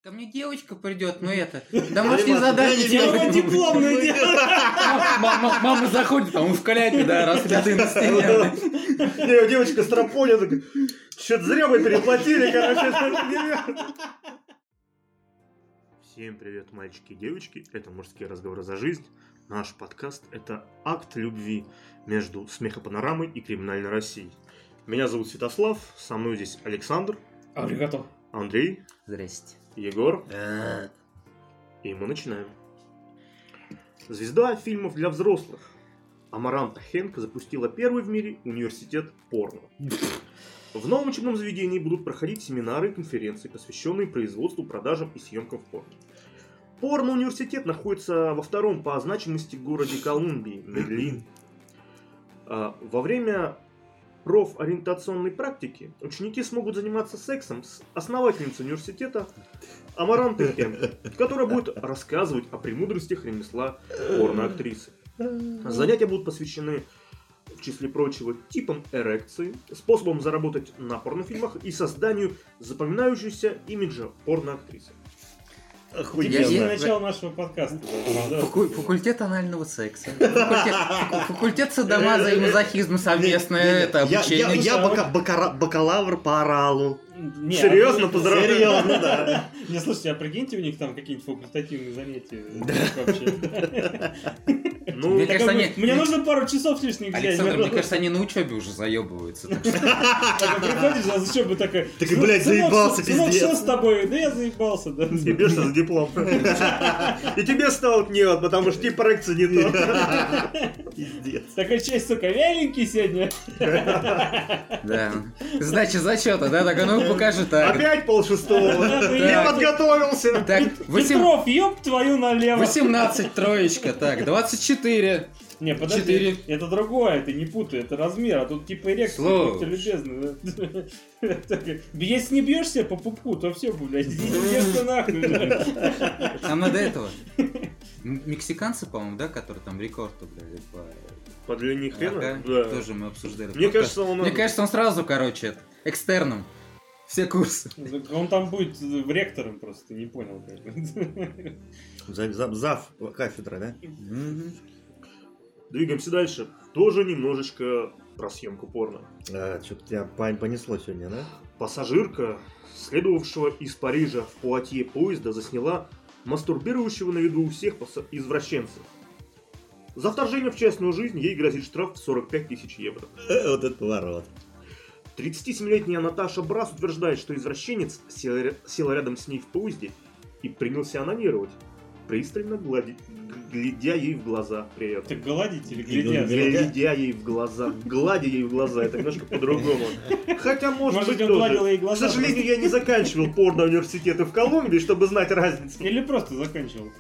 Ко мне девочка придет, но это, домашнее задание. Дипломное дело. Мама заходит, а он в каляпе, да, распятый на стене. Девочка стропоня, такая, что-то зря мы переплатили, короче. Всем привет, мальчики и девочки, это «Мужские разговоры за жизнь». Наш подкаст – это акт любви между смехопанорамой и криминальной Россией. Меня зовут Святослав, со мной здесь Александр. Аригато. Андрей. Здрасте. Егор. И мы начинаем. Звезда фильмов для взрослых Амаранта Хенк запустила первый в мире университет порно. В новом учебном заведении будут проходить семинары и конференции, посвященные производству, продажам и съемкам в порно. Порно-университет находится во втором по значимости городе Колумбии, Медельин. Во время профориентационной практики ученики смогут заниматься сексом с основательницей университета Амарантой Хенк, которая будет рассказывать о премудростях ремесла порноактрисы. Занятия будут посвящены, в числе прочего, типам эрекции, способам заработать на порнофильмах и созданию запоминающегося имиджа порноактрисы. Охуенно. Начало нашего подкаста. Факультет анального секса. Факультет садомаза и мазохизма совместное это обучение. Я бакалавр по оралу. Серьезно, поздравляю. Серьезно, да. Не, слушайте, а прикиньте, у них там какие-нибудь факультативные занятия вообще. Ну, мне кажется, мне нужно пару часов лишних взять. Александр, мне кажется, они на учебе уже заебываются. Приходишь, а зачем бы такая... Так, блядь, заебался, пиздец. пиздец. Что с тобой? Да я заебался, да. Тебе что за диплом? И тебе стало нет, потому что тип эрекции не то. Пиздец. Такая часть, сука, вяленький сегодня. Да. Сдача зачета, да? Так, ну покажи так. Опять 5:30. Не подготовился. Так, Петров, ёб твою налево. 18 троечка, так, 24. Не, подожди, 4. это другое, ты не путай, это размер, а тут типа эрекция, будьте любезны. Если не бьешься по пупку, то все, блядь, идите нахуй. Нам надо этого. Мексиканцы, по-моему, да, которые там рекорд, блядь, По длине хрена? Ага, Да. тоже мы обсуждали. Мне кажется, он сразу, короче, экстерном. Все курсы. Он там будет ректором просто, ты не понял. Зав кафедра, да? Двигаемся дальше. Тоже немножечко про съемку порно. Что-то тебя понесло сегодня, да? Пассажирка, следовавшего из Парижа в Пуатье поезда, засняла мастурбирующего на виду у всех извращенцев. За вторжение в частную жизнь ей грозит штраф в 45 000 евро. Вот это поворот. 37-летняя Наташа Брас утверждает, что извращенец сел рядом с ней в поезде и принялся онанировать, пристально глядя ей в глаза при этом. Так гладить или глядя? Глядя ей в глаза, гладя ей в глаза, это немножко по-другому. Хотя, может быть, он гладил ей тоже. глаза. К сожалению, я не заканчивал порно-университеты в Колумбии, чтобы знать разницу. Или просто заканчивал.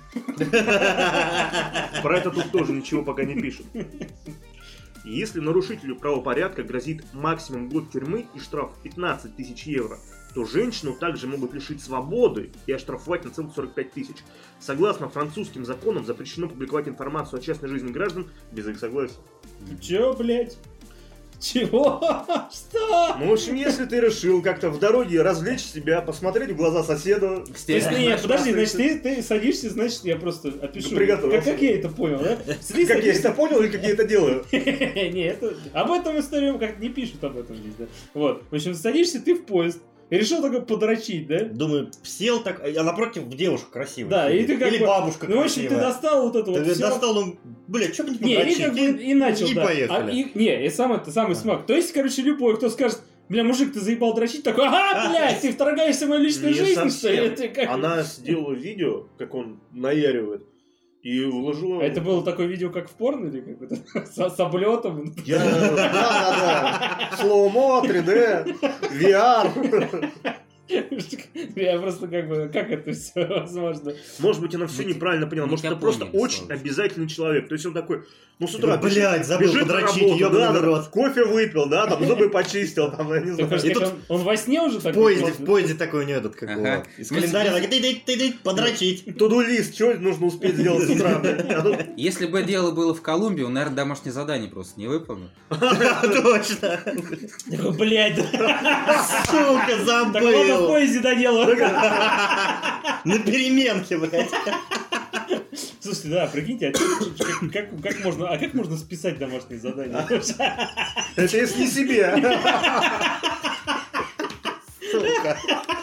Про это тут тоже ничего пока не пишут. Если нарушителю правопорядка грозит максимум год тюрьмы и штраф 15 000 евро, то женщину также могут лишить свободы и оштрафовать на целых 45 000. Согласно французским законам, запрещено публиковать информацию о частной жизни граждан без их согласия. Чё, блядь? Чего? Что? Ну, в общем, если ты решил как-то в дороге развлечь себя, посмотреть в глаза соседу... Нет, подожди, значит, ты садишься, значит, я просто опишу. Приготовился. Как я это понял, да? Как я это понял или как я это делаю? Нет, об этом историю как не пишут об этом здесь, да? Вот, в общем, садишься ты в поезд, и решил только подрочить, да? Думаю, сел так, а напротив девушка красивая. Да, и ты как или бы... бабушка красивая. Ну, в общем, ты достал вот это вот Ты все. достал, ну, блядь, что бы не Не, подрочить? и как бы и начал, и да. поехали. И самый смак. То есть, короче, любой, кто скажет, бля, мужик, ты заебал дрочить, такой, ага, блядь, ты вторгаешься в мою личную Не жизнь, совсем. что ли? Она сделала видео, как он наяривает, и вложила... Это было такое видео, как в порно, или как это? С облетом? Да. Слоумо, 3D, VR. Я просто как это все возможно? Может быть, она все неправильно поняла. Может, это просто очень обязательный человек. То есть он такой, ну, с утра блядь, забыл подрочить, ёбаный рот. Кофе выпил, да, там зубы почистил, там, я не знаю. Он во сне уже в поезде такой у него этот, как его, из календаря, ты подрочить. Туду-лист, что нужно успеть сделать с утра? Если бы дело было в Колумбии, он, наверное, домашнее задание просто не выполнил. Точно. Блядь. Сука, забыл. В поезде доделал. На переменке, блядь. Слушайте, да, прикиньте, как можно списать домашние задания? Это если не себе. Сука.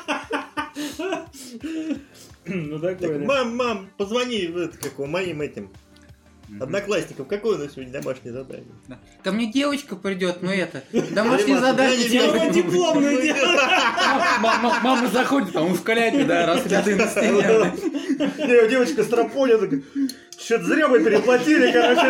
Ну такое, да. Мам, позвони моим этим одноклассникам. Какое у нас сегодня домашнее задание? Да. Ко мне девочка придет, но это, домашнее задание. Дело дипломное дело. Мама заходит, а он в коляке, да, разряды на стене. Девочка с тропоня такая, что-то зря мы переплатили, короче.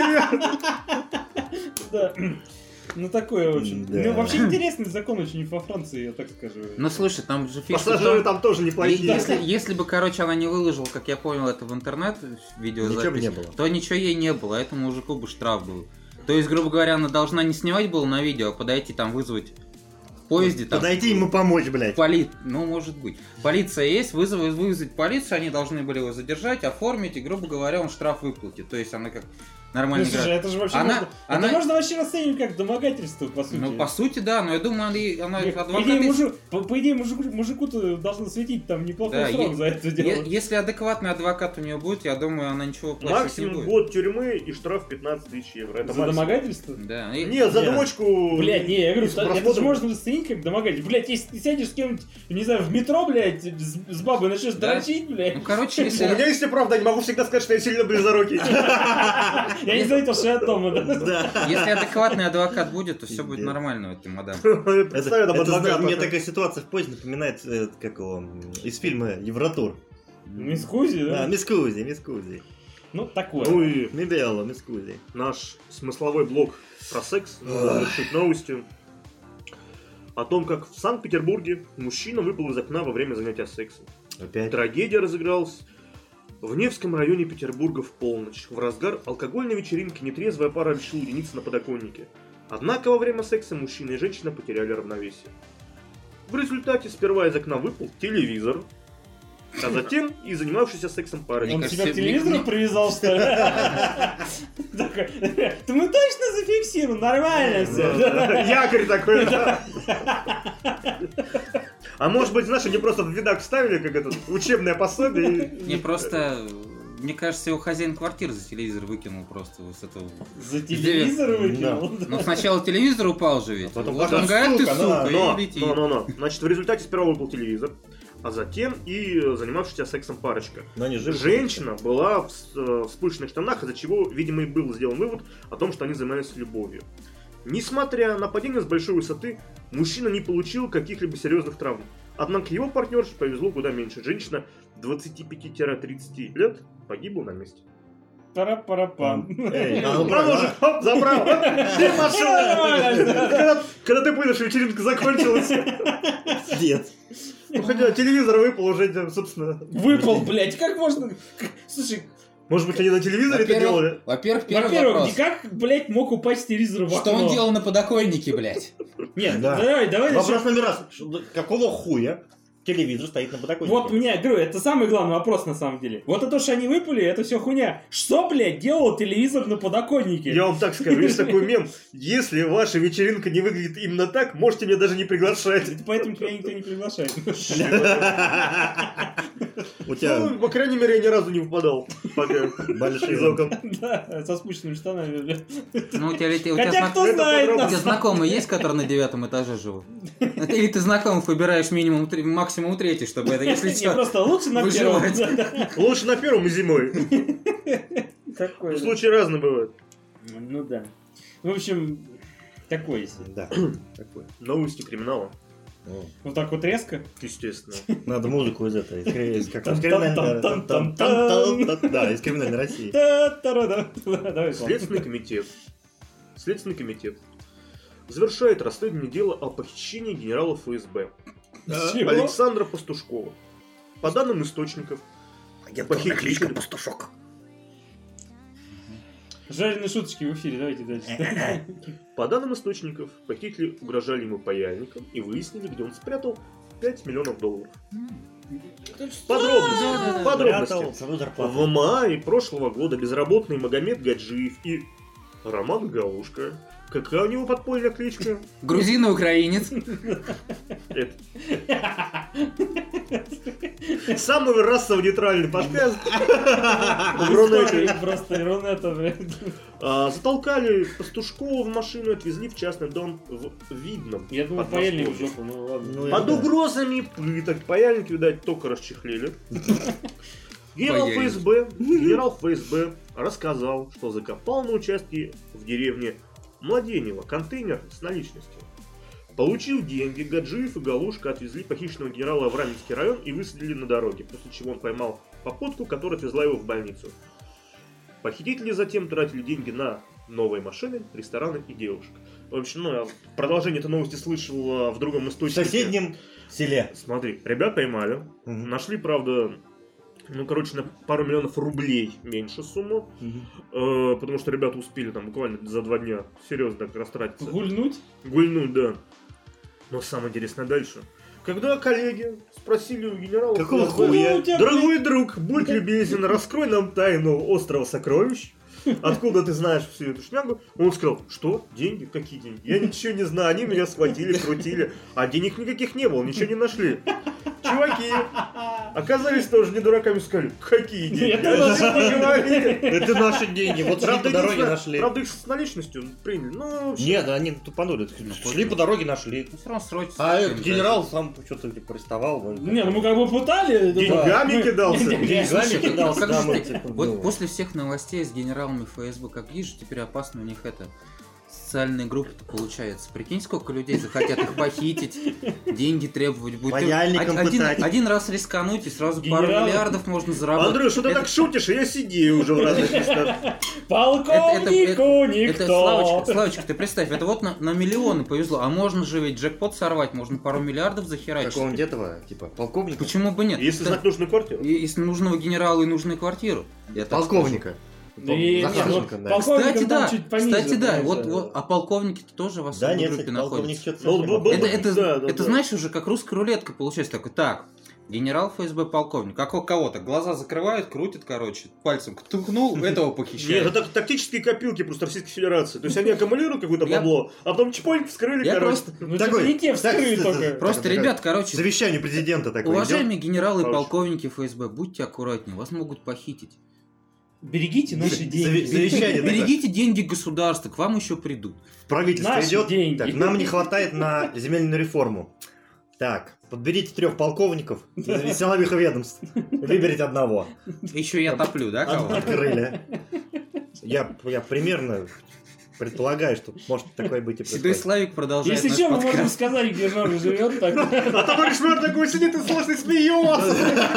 Да. Ну такое очень. Да. Ну вообще интересный закон очень во Франции, я так скажу. Ну слушай, там же фишка в Пассажиры том, там тоже неплохие. если бы, короче, она не выложила, как я понял, это в интернет, видеозапись, Ничего бы не было. то ничего ей не было, а этому мужику бы штраф был. То есть, грубо говоря, она должна не снимать было на видео, а подойти там вызвать в поезде. Там, Подойти ему помочь, блядь. Ну, может быть. Полиция есть, вызвать полицию, они должны были его задержать, оформить, и, грубо говоря, он штраф выплатит. То есть, она как нормально Ну, слушай, играет. это же вообще Она- это можно вообще расценивать как домогательство, по сути. Ну, по сути, да, но я думаю, она По адвокат идее, есть. по идее, мужику-то должно светить там неплохой Да, срок за это дело. Если адекватный адвокат у нее будет, я думаю, она ничего платить не Максимум будет. год тюрьмы и штраф 15 тысяч евро. Это За максимум. домогательство? Да. Нет, за Нет. дрочку. Блядь, не, я говорю, с это же просмотром. можно расценить как домогательство. Блядь, если ты сядешь с кем-нибудь, не знаю, в метро, блядь, с бабой начнешь Да. дрочить, блядь. Ну, короче, У меня если... есть правда, я не могу всегда сказать, что я сильно близорукий. Я не заметил, что я дома, да. Да. Если адекватный адвокат будет, то все будет Пиздец. нормально у этой мадам. Представь, там адвоката. Мне такая ситуация в поезде напоминает, как его, из фильма «Евротур». Мискузи, Да, да? мискузи. Ну, такое. Ну и Мибелло, мискузи. наш смысловой блог про секс завершить новостью о том, как в Санкт-Петербурге мужчина выпал из окна во время занятия сексом. Опять. Трагедия разыгралась в Невском районе Петербурга в полночь. В разгар алкогольной вечеринки нетрезвая пара решила уединиться на подоконнике. Однако во время секса мужчина и женщина потеряли равновесие. В результате сперва из окна выпал телевизор, а затем и занимавшийся сексом парочка. Он Мне себя к кажется, телевизору мне- привязал, что ли? Такой, «Да мы точно зафиксируем, нормально все. Якорь такой, да. А может быть, знаешь, они просто в видак вставили, как это, учебное пособие. и- Мне просто... Мне кажется, его хозяин квартиры за телевизор выкинул просто вот с этого... За телевизор выкинул. Ну, сначала телевизор упал же ведь. потом Вот пошла, он говорит, ты сука, сука, Но, и лети. но. Значит, в результате сперва выпал телевизор, а затем и занимавшаяся сексом парочка. Но они живы. Женщина была в вспышенных штанах, из-за чего, видимо, и был сделан вывод о том, что они занимались любовью. Несмотря на падение с большой высоты, мужчина не получил каких-либо серьезных травм. Однако его партнерше повезло куда меньше. Женщина 25-30 лет погибла на месте. Пара-пара-пам. Эй, а ну, Ножик, хоп, забрал. Ты пошел. Когда ты понял, что вечеринка закончилась. Дед. Ну, хотя телевизор выпал уже, собственно. Выпал, блядь, как можно... Слушай, Может быть, они на телевизоре это делали? Во-первых, первый во-первых, вопрос. как, блядь, мог упасть телевизор в окно? Что он делал на подоконнике, блядь? Нет, Да. давай Вопрос номер раз. Какого хуя телевизор стоит на подоконнике? Вот мне, говорю, это самый главный вопрос на самом деле. Вот это, что они выпали, это все хуйня. Что, блядь, делал телевизор на подоконнике? Я вам так скажу, есть такой мем. Если ваша вечеринка не выглядит именно так, можете меня даже не приглашать. Поэтому тебя никто не приглашает. У тебя Ну, по крайней мере, я ни разу не выпадал. Пока. большие Из окон. Да, со спущенными штанами, блядь. Ну, у тебя Хотя кто знает у нас. тебя знакомые есть, которые на 9 этаже живут? Или ты знакомых выбираешь минимум, максимум 3, чтобы это, если Не, что... просто лучше на первом. выживать. Да. Лучше на первом и зимой. Такое. Случаи разные бывают. Ну да. В общем, такое себе. Да, такое. Новости криминала. О, Вот так вот резко. Естественно. Надо музыку из этой, из Там-там-там-там-там-там. Да, из криминальной России. Та-та-ра-да. Давай, Следственный комитет. Следственный комитет завершает расследование дела о похищении генерала ФСБ Чего? Александра Пастушкова. По данным источников, похититель... Пастушок. Жареные шуточки в эфире, давайте дальше. По данным источников, похитители угрожали ему паяльником и выяснили, где он спрятал 5 миллионов долларов. Подробности. Прятал свою зарплату. В мае прошлого года безработный Магомед Гаджиев и Роман Галушка. Какая у него подпольная кличка? Грузин и украинец. Это- Самый расово-нейтральный подкаст. В Рунете. Рунете. Просто Рунета, блядь. Затолкали Пастушкова в машину и отвезли в частный дом в Видном. Я думал, Под паяльник в Москвой. жопу, ну ладно. Ну, Под это да. угрозами пыток паяльник, видать, только расчехлили. Паяльник. Генерал ФСБ рассказал, что закопал на участке в деревне Младенево контейнер с наличностью. Получив деньги, Гаджиев и Галушка отвезли похищенного генерала в Раменский район и высадили на дороге, после чего он поймал попутку, которая отвезла его в больницу. Похитители затем тратили деньги на новые машины, рестораны и девушек. В общем, я продолжение этой новости слышал в другом В источнике. соседнем селе. Смотри, ребят поймали. Мгм. Нашли, правда, на пару миллионов рублей меньше сумму. Потому что ребята успели там буквально за 2 дня серьезно так растратиться. Гульнуть? Гульнуть, да. Но самое интересное дальше. Когда коллеги спросили у генерала... Какого ФСБ, хуя? Ну, у тебя, Дорогой друг, будь любезен, раскрой нам тайну острова сокровищ. Откуда ты знаешь всю эту шнягу? Он сказал, что? Деньги? Какие деньги? Я ничего не знаю, они меня схватили, крутили, а денег никаких не было, ничего не нашли. Чуваки оказались тоже не дураками, сказали, какие деньги? Это О наши чем вы говорите? Это наши деньги. Вот шли по не дороге знаю, нашли. Правда, их с наличностью приняли. Ну, в общем, Нет, они тупанули. Шли по дороге нашли. Ну, все равно срочно. А этот генерал сам что-то типа арестовал. Не, ну мы как бы пытали. деньгами мы- кидался. Деньгами кидался. Как да, же мы, ты- типа, Вот ну. после всех новостей с генералами ФСБ, как видишь, теперь опасно у них это социальные группы-то получается. Прикинь, сколько людей захотят их похитить, деньги требовать. Будет Паяльником пытать. один раз рискануть, и сразу пару Генералы. миллиардов можно заработать. Андрей, что ты Это- так шутишь? Я сидею уже в разных местах. Полковнику Это, никто. Славочка, ты представь, это вот на миллионы повезло, а можно же ведь джекпот сорвать, можно пару миллиардов захерачить. Какого-нибудь этого, типа, полковника? Почему бы нет? Если Да. знать нужную квартиру. Если нужного генерала и нужную квартиру. Я так Полковника. Да и- Захарченко, ну, да. полковником Кстати, там да, чуть пониже, кстати, да, понимаешь, вот, а полковники-то тоже в Да, особой нет, группе кстати, полковник находятся. что-то Ну, совсем был- Это, это, Да, да, это да. знаешь, уже как русская рулетка получается такой, так, генерал ФСБ, полковник, как у кого-то, глаза закрывают, крутят, короче, пальцем ткнул, этого Нет, похищают. это тактические копилки просто Российской Федерации. То есть они аккумулируют какое-то Я- бабло, а потом чпоньк вскрыли, Я короче. просто, Ну, Такой, типа, не те вскрыли так, только. просто, такой ребят, короче, Завещание президента такое. уважаемые генералы и Короче. полковники ФСБ, будьте аккуратнее, вас могут похитить. Берегите наши деньги. Завещание. Берегите деньги государства, к вам еще придут. Правительство Наши идет. деньги. Так, нам не хватает на земельную реформу. Так, подберите 3 полковников из силовых ведомств. Выберите одного. Еще я топлю, да, кого? Открыли. Я примерно предполагаю, что может такое быть и Седой происходит. Славик продолжает Если наш что, мы можем подкаст. сказать, где Жора живет, так. А товарищ мэр такой сидит и слышно смеется.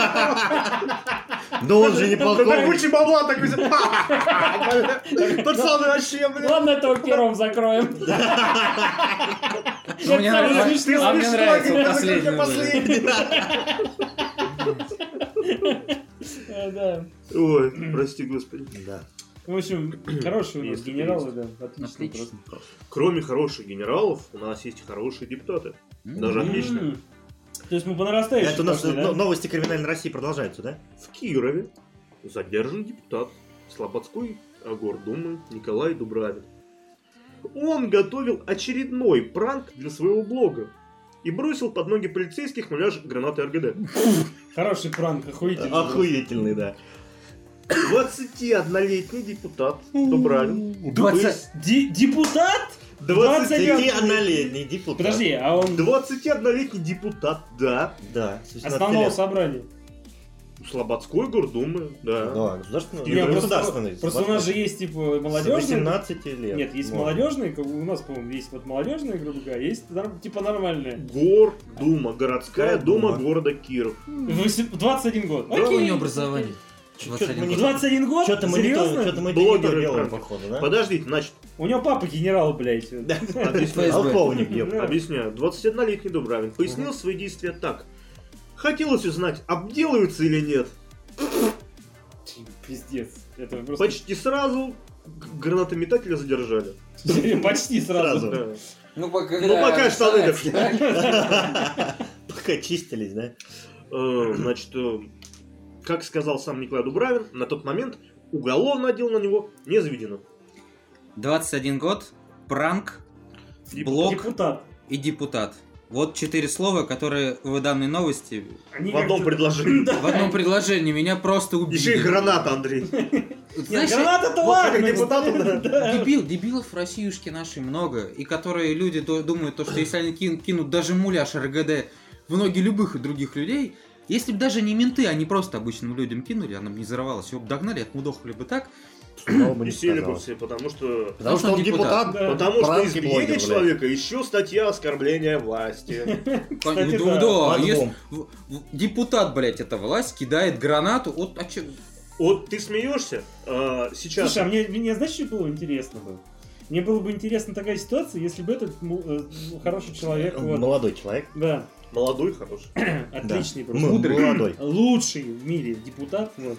Но он же не На полковник. куче бабла такой сидит. Пацаны вообще, блин. Ладно, этого первым закроем. Ну, мне Это самое нравится. смешное. А мне нравится говорит, последний закройте уже. последний. Да. Ой, прости господи. Да. В общем, хорошие у нас Есть, генералы, да. Отлично. Отлично. просто. Кроме хороших генералов, у нас есть хорошие депутаты. Даже отлично. М. То есть мы по нарастающей Это у нас пошли, да? новости криминальной России продолжаются, да? В Кирове задержан депутат Слободской гордумы Николай Дубравин. Он готовил очередной пранк для своего блога и бросил под ноги полицейских муляж гранаты РГД. Хороший пранк, охуительный. Охуительный, да. 21-летний депутат Дубравин. Депутат? 21-летний депутат. Подожди, а он 21-летний депутат, да. Да, с 18 основного лет. собрания? Слободской гордумы, да. Да, государственный. Не, государственный. Просто у нас же есть типа С молодежные. 18 лет. Нет, есть Можно. молодежные, как у нас, по-моему, есть вот молодежные, грубо говоря, есть типа нормальные. Гордума, городская дума Дума. города Киров. 21 год. Какое у Окей. него образование? Чё-то 21 мы год. 21 год? Что-то мы не то, Серьезно? что-то мы Блогеры не то делаем, пранк. походу, да? Подождите, значит, У него папа генерал, блядь. объясняю. Полковник, ёпта. Да. Объясняю. 21-летний Дубравин пояснил свои действия так. Хотелось узнать, обделаются или нет. Пиздец. Это просто Почти сразу гранатометателя задержали. почти сразу. Да. Ну, пока, пока штаны Пока чистились, да? Значит, как сказал сам Николай Дубравин, на тот момент уголовное дело на него не заведено. 21 год, пранк, блог Депутат. и депутат. Вот 4 слова, которые в данной новости В одном предложении. в одном предложении меня просто убили. Еще и граната, Андрей. Знаешь, Граната-то ладно. депутатов, да. дебилов в Россиюшке нашей много, и которые люди думают, что если они кинут даже муляж РГД в ноги любых и других людей, если бы даже не менты, они просто обычным людям кинули, она бы не взорвалась, его бы догнали, отмудохали бы так. Мало бы И не сели бы сказал. все, потому что... Потому что он депутат. Да. Потому что пранки избиение блогер, блядь. человека еще статья оскорбления власти. Кстати, да, да. если депутат, блядь, это власть, кидает гранату, вот а че... Вот ты смеешься сейчас. Слушай, а мне знаешь, что было интересно бы? Мне было бы интересна такая ситуация, если бы этот хороший человек, вот, Молодой человек. да, Молодой, хороший. отличный, просто, Молодой. лучший в мире депутат, вот,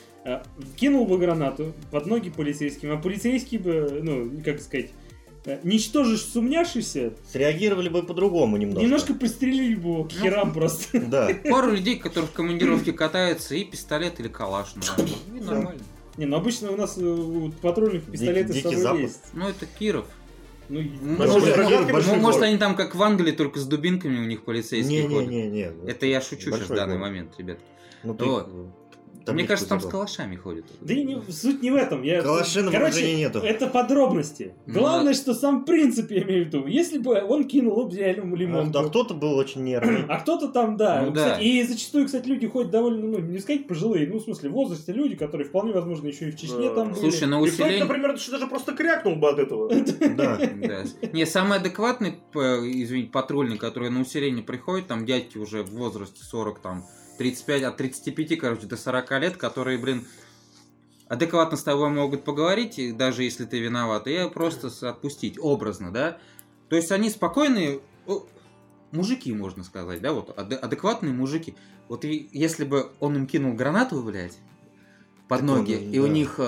кинул бы гранату под ноги полицейским, а полицейские бы, ну, как сказать, ничтоже сумняшися, Среагировали бы по-другому немножко. немножко пристрелили бы его к херам просто. Да. Пару людей, которые в командировке катаются, и пистолет или калаш, и нормально. Не, ну обычно у нас у патрульных пистолеты с Дикий собой Запад. есть. Ну это Киров. Ну, Большой рогатки, большой Может, город. они там как в Англии, только с дубинками у них полицейские ходят. Не-не-не. Это я шучу сейчас в Большой данный город. момент, ребят. Ну, ты- Вот. там Мне есть кажется, там с куда-то. калашами ходят. Да и суть не в этом. Калаши на вооружении нету. Это подробности. Ну, Главное, что сам принцип я имею в виду. Если бы он кинул взяли лимон. А кто-то был очень нервный. А кто-то там, да. Ну Кстати, да. и зачастую, кстати, люди ходят довольно, ну, не сказать пожилые, ну, в смысле, в возрасте люди, которые вполне возможно еще и в Чечне Да. там были. Слушай, на И кто-то, усиление... например, даже просто крякнул бы от этого. Да. Да. Не, самый адекватный, извините, патрульный, который на усиление приходит, там дядьки уже в возрасте 40, там, 35, от 35, короче, до 40 лет, которые, блин, адекватно с тобой могут поговорить, и даже если ты виноват, и просто отпустить, образно, да? То есть они спокойные, мужики, можно сказать, да, вот, адекватные мужики. Вот и если бы он им кинул гранату, блядь, под Так ноги, он, и у да. них...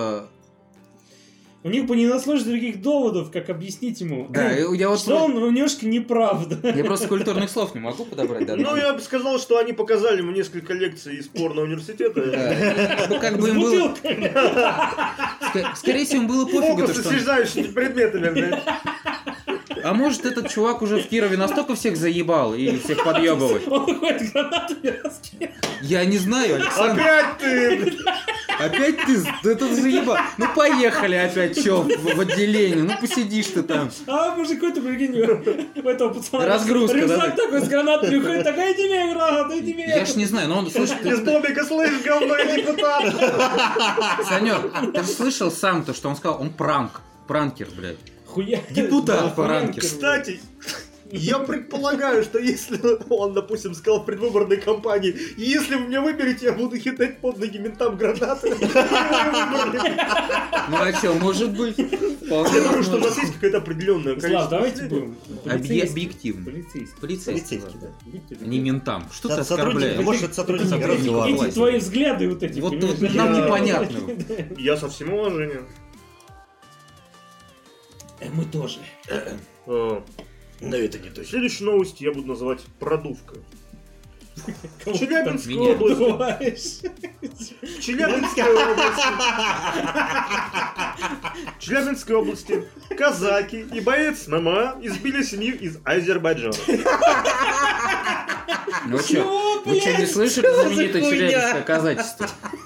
У них бы не нашлось других доводов, как объяснить ему, Да, я вот... что он немножко неправ. Да? Я просто культурных слов не могу подобрать. Да, Ну, я бы сказал, что они показали ему несколько лекций из порно-университета. Да. Ну, как бы С им было... бутылкой. Скорее всего, им было пофигу, то, Фокусы с что... съезжающими предметами, блядь. А может, этот чувак уже в Кирове настолько всех заебал и всех подъебывает? Он ходит гранатами раскидывает. Я не знаю, Александр. Опять ты, блядь. Опять ты это заебал. Ну, поехали опять, чё, в отделение. Ну, посидишь ты там. А мужик какой-то, прикинь, у этого пацана Разгрузка, рюкзак да? такой с гранатами уходит, такая, иди мне гранату, иди мне. Я ж не знаю, но он, слушай, Из домика слышь, говно и депутат. Санёк, ты же слышал сам-то, что он сказал? Он пранкер, блядь. Хуя. Депутат пранкер. Кстати, я предполагаю, что если он, допустим, сказал в предвыборной кампании, если вы меня выберете, я буду хитать под ноги ментам гранаты. Ну, а чё, может быть? Вполне Я думаю, что у нас возможно. есть какое-то определенное Слав, количество. давайте исследований. будем. Объективно. Полицейский. Полицейский. Полицейский, да. Будьте Не ментам. Что ты Сотрудники, оскорбляешь? может, это сотрудники Сотрудники разговора. власти. Эти твои взгляды вот эти. Вот понимаешь? нам Я- непонятно. Я со всем уважением. Мы тоже. Но это не точно. Следующую новость я буду называть продувка. В Челябинской Меня. области. Думаешь? В Челябинской области. В Челябинской области казаки и боец ММА избили семью из Азербайджана. Ну чё, вы что, не слышали знаменитое челябинское казачество?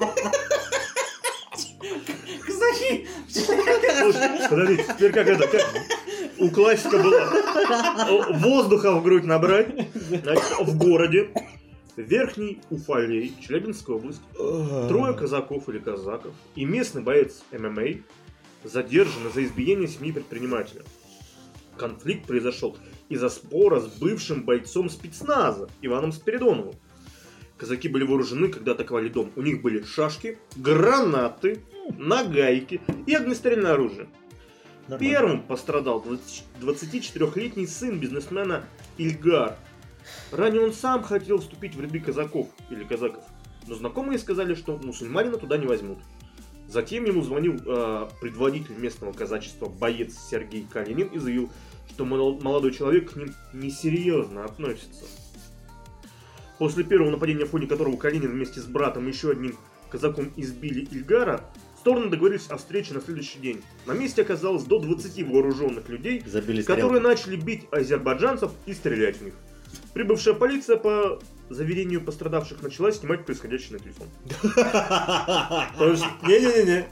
Казахи! Слушай, подождите, теперь как это? Как? У классика было воздуха в грудь набрать. Значит, в городе Верхний Уфалей, Челябинская область, трое казаков или казаков и местный боец ММА задержаны за избиение семьи предпринимателя. Конфликт произошел из-за спора с бывшим бойцом спецназа Иваном Спиридоновым. Казаки были вооружены, когда атаковали дом. У них были шашки, гранаты, нагайки и огнестрельное оружие. Нормально. Первым пострадал 24-летний сын бизнесмена Ильгар. Ранее он сам хотел вступить в ряды казаков или казаков, но знакомые сказали, что мусульманина туда не возьмут. Затем ему звонил предводитель местного казачества боец Сергей Калинин и заявил, что молодой человек к ним несерьезно относится. После первого нападения, в ходе которого Калинин вместе с братом и еще одним казаком избили Ильгара, стороны договорились о встрече на следующий день. На месте оказалось до 20 вооруженных людей, Забили которые стрелку. начали бить азербайджанцев и стрелять в них. Прибывшая полиция по заверению пострадавших начала снимать происходящее на телефон. То есть, не-не-не-не.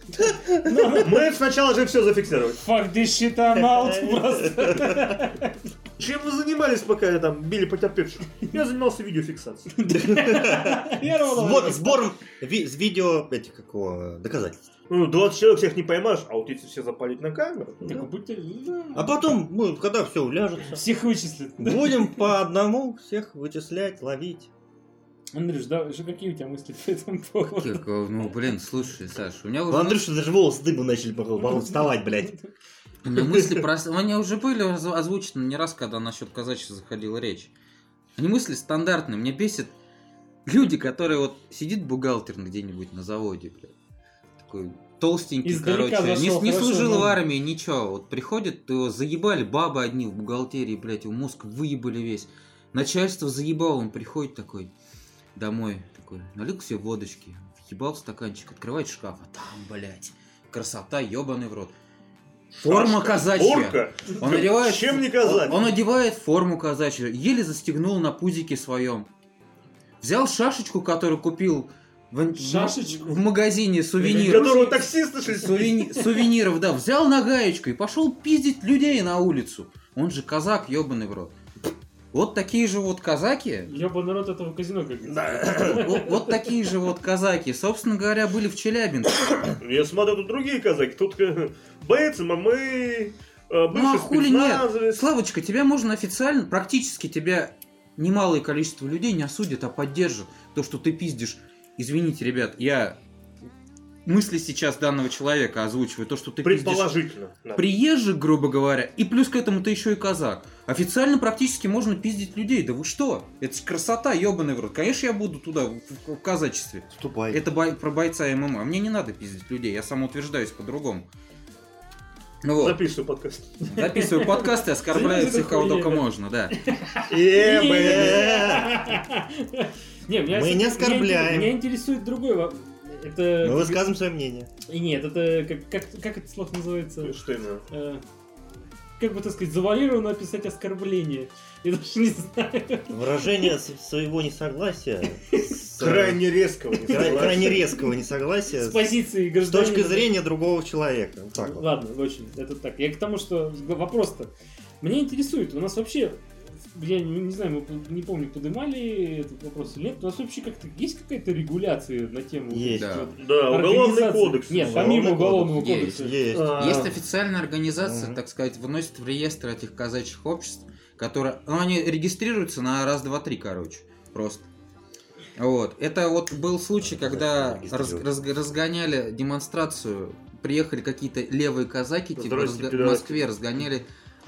Мы сначала же все зафиксировали. Fuck this shit, I'm out просто. Чем вы занимались, пока там били потерпевших? Я занимался видеофиксацией. Я работал. Сбором видео этих доказательств. Ну, 20 человек всех не поймаешь, а вот эти все запалить на камеру. Так, будь ты- А потом, когда все уляжется, Всех вычислят. будем по одному всех вычислять, ловить. Андрюш, да, какие у тебя мысли по этому поводу? Ну, блин, слушай, Саша, у меня У уже... Андрюши даже волосы дыбом начали походу вставать, блядь. У меня мысли у меня уже были озвучены не раз, когда насчет казачества заходила речь. Они мысли стандартные. Мне бесит люди, которые вот сидит бухгалтер где-нибудь на заводе, блядь. Такой толстенький, Издалека короче. зашел, Не хорошо, служил но- в армии, ничего. Вот приходит, его заебали бабы одни в бухгалтерии, блядь, его мозг выебали весь. Начальство заебало, он приходит такой домой, такой, налил себе водочки, въебал в стаканчик, открывает шкаф, а там, блядь, красота, ебаный в рот. Форма казачья. Порка. Он одевает, Чем не казать? он одевает форму казачью, еле застегнул на пузике своем. Взял шашечку, которую купил Шашечку? в магазине сувениров. Которого таксисты шли. Сувениров, да. Взял на гаечку и пошел пиздить людей на улицу. Он же казак, ебаный в рот. Вот такие же вот казаки. Ёбаный рот этого казино, как говорится. Вот такие же вот казаки, собственно говоря, были в Челябинске. Я смотрю, тут другие казаки. Тут бойцы, мамы, Ну а бывший хули нет? спецназовец. Славочка, тебя можно официально, практически тебя немалое количество людей не осудят, а поддержат. То, что ты пиздишь. Извините, ребят, я мысли сейчас данного человека озвучиваю. То, что ты пиздишь Предположительно. да. приезжих, грубо говоря, и плюс к этому ты еще и казак. Официально практически можно пиздить людей. Да вы что? Это ж красота, ебаный в рот. Конечно, я буду туда, в казачестве. Ступай. Это про бойца ММА. Мне не надо пиздить людей, я самоутверждаюсь по-другому. Ну вот. Записываю подкаст. Записываю подкасты, оскорбляю всех, кого только можно, да. Не, Мы не оскорбляем. Меня интересует другой вопрос. Это... Мы высказываем свое мнение. Нет, это... Как это слово называется? Что именно? Как бы, так сказать, завуалированно описать оскорбление. Я даже не знаю. Выражение своего несогласия. Крайне резкого. Крайне резкого несогласия С позиции с гражданина. точки зрения другого человека. Вот так вот. Ладно, в общем, это так. Я к тому, что вопрос-то. Меня интересует, у нас вообще, я не знаю, мы не помню, поднимали этот вопрос или нет, у нас вообще как-то есть какая-то регуляция на тему? Есть. Да. Да, уголовный организации? кодекс. Нет, Уголовный помимо уголовного кодекс. кодекса. Есть. Есть официальная организация, Мгм. так сказать, выносит в реестр этих казачьих обществ, которые, ну, они регистрируются на раз, два, три, короче, просто. Вот. Это вот был случай, когда разгоняли демонстрацию, приехали какие-то левые казаки, типа Здрасте, в пидорасы. Москве разгоняли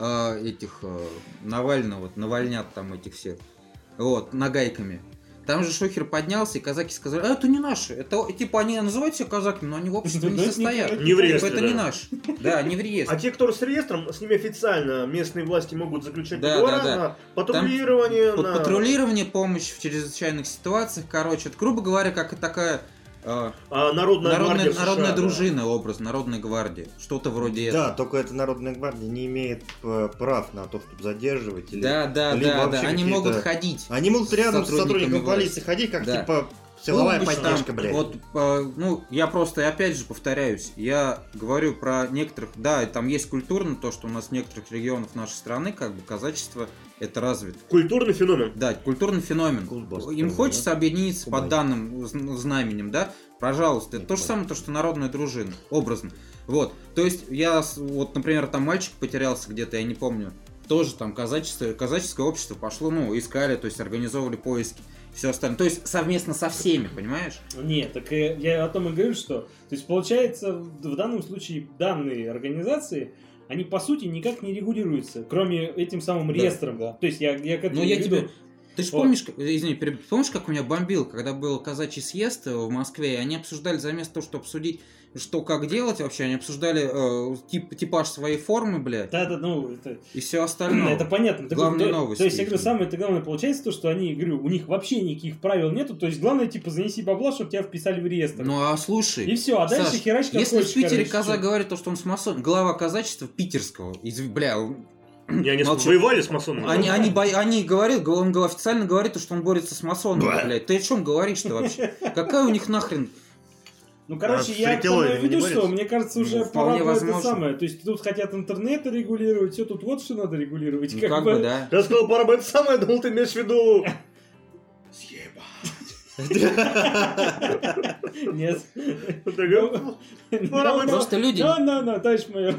этих Навального, навальнят там этих всех, вот, нагайками. Там же шухер поднялся, и казаки сказали, а это не наши, это типа они называют себя казаками, но они в обществе не состоят. Не в реестре, Это не да. наш. Да, не в реестре. А те, кто с реестром, с ними официально местные власти могут заключать Да, договора да, да. на патрулирование, Под на... патрулирование, помощь в чрезвычайных ситуациях, короче, это, грубо говоря, как и такая Народная гвардия в США, народная да. дружина, образ народной гвардии, что-то вроде этого. Да, только эта Народная гвардия не имеет прав на то, чтобы задерживать. Или... Да, либо вообще они какие-то- могут ходить. Они могут рядом с сотрудниками сотрудником власти. полиции ходить, как Да. типа силовая Помощь поддержка, там, блядь. Вот, ну, я просто, опять же, повторяюсь, я говорю про некоторых, да, там есть культурно то, что у нас в некоторых регионах нашей страны, как бы, казачество, это развито. Культурный феномен. Да, культурный феномен. Кузбасс, Им да, хочется да. объединиться Кубань. под данным знаменем, да? Пожалуйста, это то же самое, то, что народная дружина, образно. Вот, то есть я, вот, например, там мальчик потерялся где-то, я не помню, тоже там казаческое общество пошло, ну, искали, то есть организовывали поиски, все остальное. То есть совместно со всеми, понимаешь? Нет, так я о том и говорю, что... То есть, получается, в данном случае данные организации, они, по сути, никак не регулируются, кроме этим самым реестром. да. То есть, я к этому Ну, я веду. тебе... Ты же Вот. помнишь, извини, помнишь, как у меня бомбил, когда был казачий съезд в Москве, и они обсуждали, заместо того, чтобы обсудить, что как делать вообще, они обсуждали типаж своей формы, блядь, Да, ну, это... и все остальное. Это понятно. Так Главные вот, новости. То есть, я говорю, самое-то главное получается то, что они, говорю, у них вообще никаких правил нету, то есть, главное, типа, занеси бабла, чтобы тебя вписали в реестр. Ну а слушай, И все, а дальше Саш, херач как если хочешь, в Питере короче, казак всё. говорит, то, что он с масон, глава казачества питерского, И они Молчи. воевали с масонами. Они говорят, он официально говорит, что он борется с масонами, блядь. Ты о чем говоришь-то вообще? Какая у них нахрен? Ну, короче, А я к тому и фрикелой не веду, что, борется? мне кажется, уже Ну, пора вполне бы это возможно. самое. То есть тут хотят интернет регулировать, все тут вот что надо регулировать. Ну, как бы, да. Я сказал, пора бы это самое, думал, ты имеешь в виду... Нет. Просто люди- товарищ майор.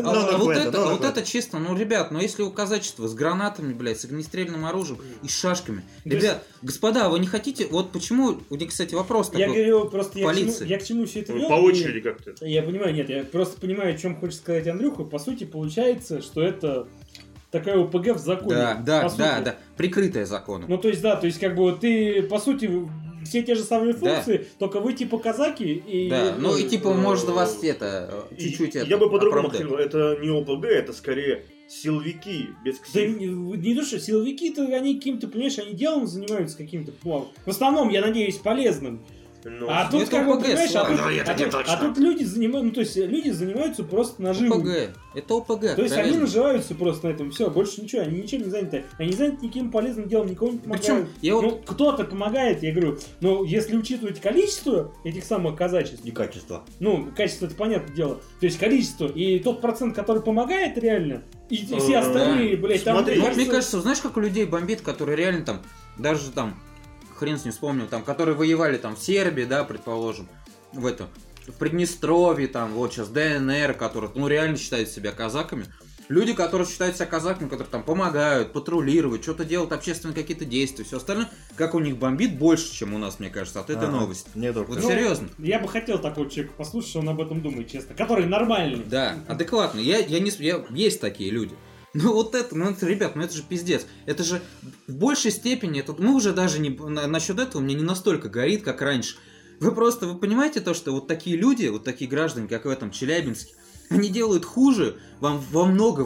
Вот это чисто, ну, ребят, но если у казачества с гранатами, блядь, с огнестрельным оружием и с шашками. То есть- Ребят, господа, вы не хотите, вот почему, у них, кстати, вопрос Я такой. говорю, просто полиции. я к чему все это вел. По очереди как-то. Я понимаю, нет, я просто понимаю, о чем хочет сказать Андрюха. По сути, получается, что это такая ОПГ в законе. Да, по сути. да, прикрытая законом. Ну, то есть, да, то есть, как бы ты, по сути, все те же самые функции, только вы типа казаки и... Да, ну и типа, может, вас это, чуть-чуть это Я бы по-другому оправдать. хотел. Это не ОПГ, это скорее силовики без Да ксив. не то, что силовики-то, они каким-то, понимаешь, они делом занимаются каким-то, в основном, я надеюсь, полезным. Ну, А тут, это как бы, ОПГ, понимаешь, Слава. Ну, это не точно. тут люди занимаются, ну, то есть, люди занимаются просто наживом. ОПГ. Это ОПГ. То есть они правильно. наживаются просто на этом, все, больше ничего, они ничем не заняты. Они не заняты никаким полезным делом, никому не помогают. Причем, я вот- Ну, кто-то помогает, я говорю, но если учитывать количество этих самых казачеств, И качество. ну, качество это понятное дело, то есть количество и тот процент, который помогает реально, и все Да. остальные, блядь, там... Смотри, Вот мне кажется, знаешь, как у людей бомбит, которые реально там, даже там, хрен с ним вспомнил, там, которые воевали там в Сербии, да, предположим, в Приднестровье, там, вот сейчас ДНР, которые, ну, реально считают себя казаками. Люди, которые считают себя казаками, которые там помогают, патрулируют, что-то делают, общественные какие-то действия, все остальное, как у них бомбит больше, чем у нас, мне кажется, от этой новости. Не только. Вот серьезно. Я бы хотел такого человека послушать, что он об этом думает, честно, который нормальный. Да, адекватно. Есть такие люди. Ну вот это, ребят, это же пиздец. Это же в большей степени, мы уже даже не, насчет этого мне не настолько горит, как раньше. Вы понимаете то, что вот такие люди, вот такие граждане, как в этом Челябинске, они делают хуже вам во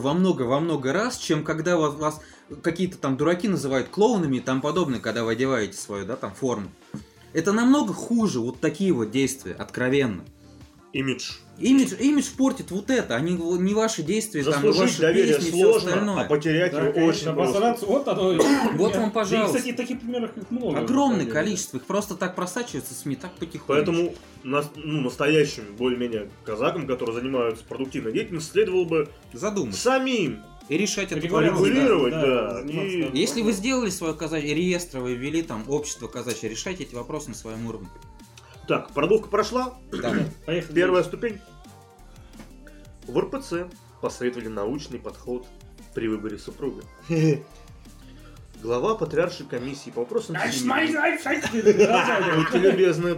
много раз, чем когда вас какие-то там дураки называют клоунами и тому подобное, когда вы одеваете свою, да, там, форму. Это намного хуже, вот такие вот действия, откровенно. Имидж. Имидж портит вот это, они не ваши действия, там, и Заслужить ваши доверие песни, и все сложно, остальное. а потерять Да, его конечно, очень просто. обосраться, вот оно. Вот вам, И, пожалуйста. кстати, таких примеров их много. Огромное на самом деле. количество, их просто так просачивается в СМИ, так потихоньку. Поэтому настоящим, более-менее казакам, которые занимаются продуктивной деятельностью, следовало бы Задуматься самим и решать этот Регулярно, вопрос. регулировать, да, да. заниматься, И да. Если вы сделали свое казачье реестр, вы ввели там общество казачье, решайте эти вопросы на своем уровне. Так, продувка прошла. Да. Поехали. Первая ступень. В РПЦ посоветовали научный подход при выборе супруга. Глава патриаршей комиссии по вопросам семьи. Будьте любезны.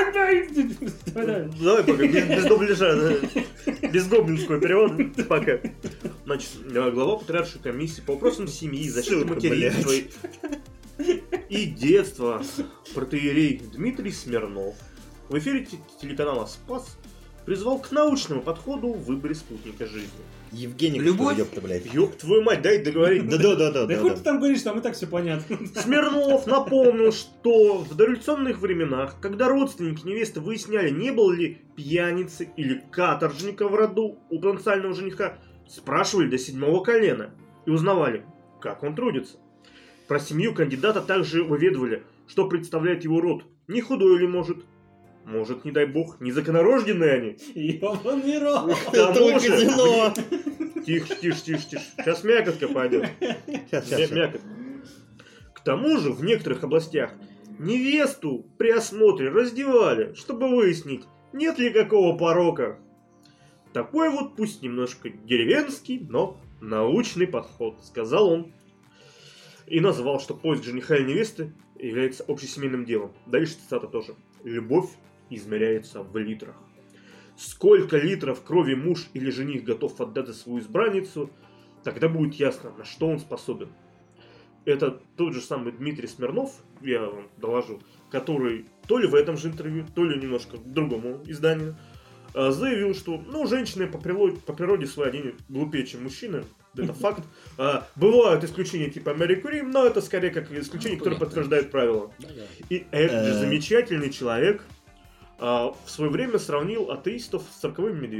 Давай пока, без дубляжа, да. Без гоблинского перевода. Пока. Значит, глава патриаршей комиссии по вопросам семьи, защиты Ссылка, материнства и детства протоиерей Дмитрий Смирнов в эфире телеканала «Спас» призвал к научному подходу в выборе спутника жизни. Евгений, Любовь? ёпта, блядь. Ёб твою мать, дай договорить. Да. Да хоть ты там говоришь, там и так все понятно. Смирнов напомнил, что в дореволюционных временах, когда родственники невесты выясняли, не было ли пьяницы или каторжника в роду у потенциального жениха, спрашивали до 7-го колена и узнавали, как он трудится. Про семью кандидата также выведывали, что представляет его род, не худой ли может, не дай бог, незаконорожденные они. Ёбаный рот. К тому Только же- казино. Тише. Сейчас мякотка пойдет. Сейчас. Мякотка. К тому же в некоторых областях невесту при осмотре раздевали, чтобы выяснить, нет ли какого порока. Такой вот, пусть немножко деревенский, но научный подход, сказал он. И назвал, что поиск жениха и невесты является общесемейным делом. Дальше цитата тоже. Любовь измеряется в литрах. Сколько литров крови муж или жених готов отдать за свою избранницу, тогда будет ясно, на что он способен. Это тот же самый Дмитрий Смирнов, я вам доложу, который то ли в этом же интервью, то ли немножко в другому изданию, заявил, что женщины по природе своей они глупее, чем мужчины. Это факт. Бывают исключения типа Мэри Кюри, но это скорее как исключение, которое подтверждает правила. И этот же замечательный человек в свое время сравнил атеистов с цирковыми медведями.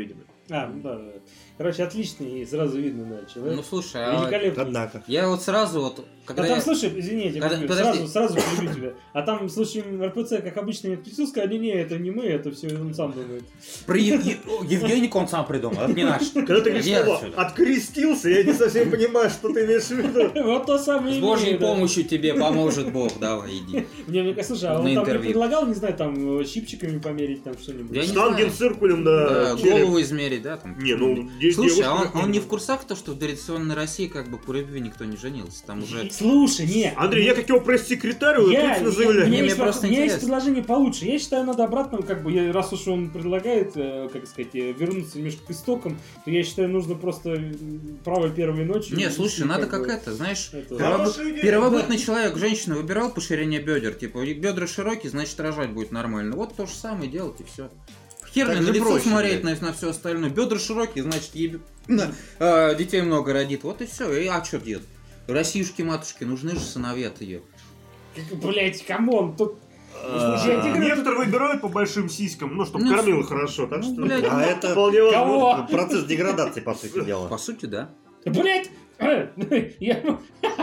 Ну да. Короче, отличный, и сразу видно, да, человек. Ну слушай, Великолепный. Однако. я вот сразу вот, когда А там, я... слушай, извини, я тебя Когда- перебью, подожди. сразу перебью тебя. А там, слушай, РПЦ, как обычно, нет присутствия, они не, это не мы, это все он сам думает. Про Евгений он сам придумал, это не наш. Когда ты говоришь Нет, слово что ли. «открестился», я не совсем понимаю, что ты имеешь в виду. Вот то самое С Божьей имею, да. помощью тебе поможет Бог, давай, иди. Мне кажется, слушай, а На он там не интервью. предлагал, не знаю, там, щипчиками померить, там что-нибудь? Я не Штангенциркулем, да. череп. Голову измерить, да, там. Не, ну, есть Слушай, девушки, а он не в курсах, то, что в дореволюционной России как бы по любви никто не женился, там уже... Слушай, не. Андрей, я как его пресс-секретарю точно у заявляю. меня Мне есть просто у меня есть интересно. предложение получше. Я считаю, надо обратно, как бы, раз уж он предлагает, как сказать, вернуться немножко к истокам, то я считаю, нужно просто право первой ночи. Не, ввести, слушай, надо как бы, как это, знаешь, это- Хорошая идея. первобытный человек, женщина выбирал по ширине бедер, типа, бедра широкие, значит рожать будет нормально. Вот то же самое делать и все. Хер Так мне на же лицо проще, смотреть блядь. на все остальное. Бедра широкие, значит детей много родит. Вот и все. А что дед? Россиюшки матушки нужны же сыновья-то ее. Блять, камон, тут... Слушай, я тебе говорю, Некоторые выбирают по большим сиськам, ну, чтобы Ну, кормило хорошо, так ну, что... блядь. А это Вполне возможно. Кого? процесс деградации, по сути дела. По сути, да. Блять! Я...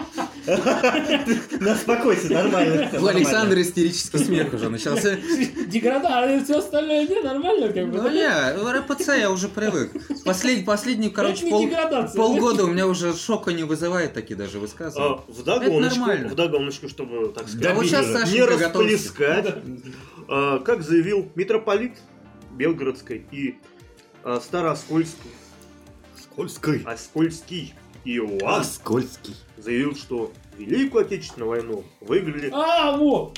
Ну, успокойся, нормально. У Александра истерический смех уже начался. Деградация, все остальное не нормально, как бы. Ну не, РПЦ я уже привык. Последнюю, короче, Это не деградация. полгода у меня уже шока не вызывает такие даже высказывания. Вдогоночку, вдогоночку, чтобы, так сказать, А вот сейчас не Сашенька готовится. расплескать, как заявил митрополит Белгородской и Старооскольский, Оскольский Иоанн, скользкий. заявил, что Великую Отечественную войну выиграли Вот!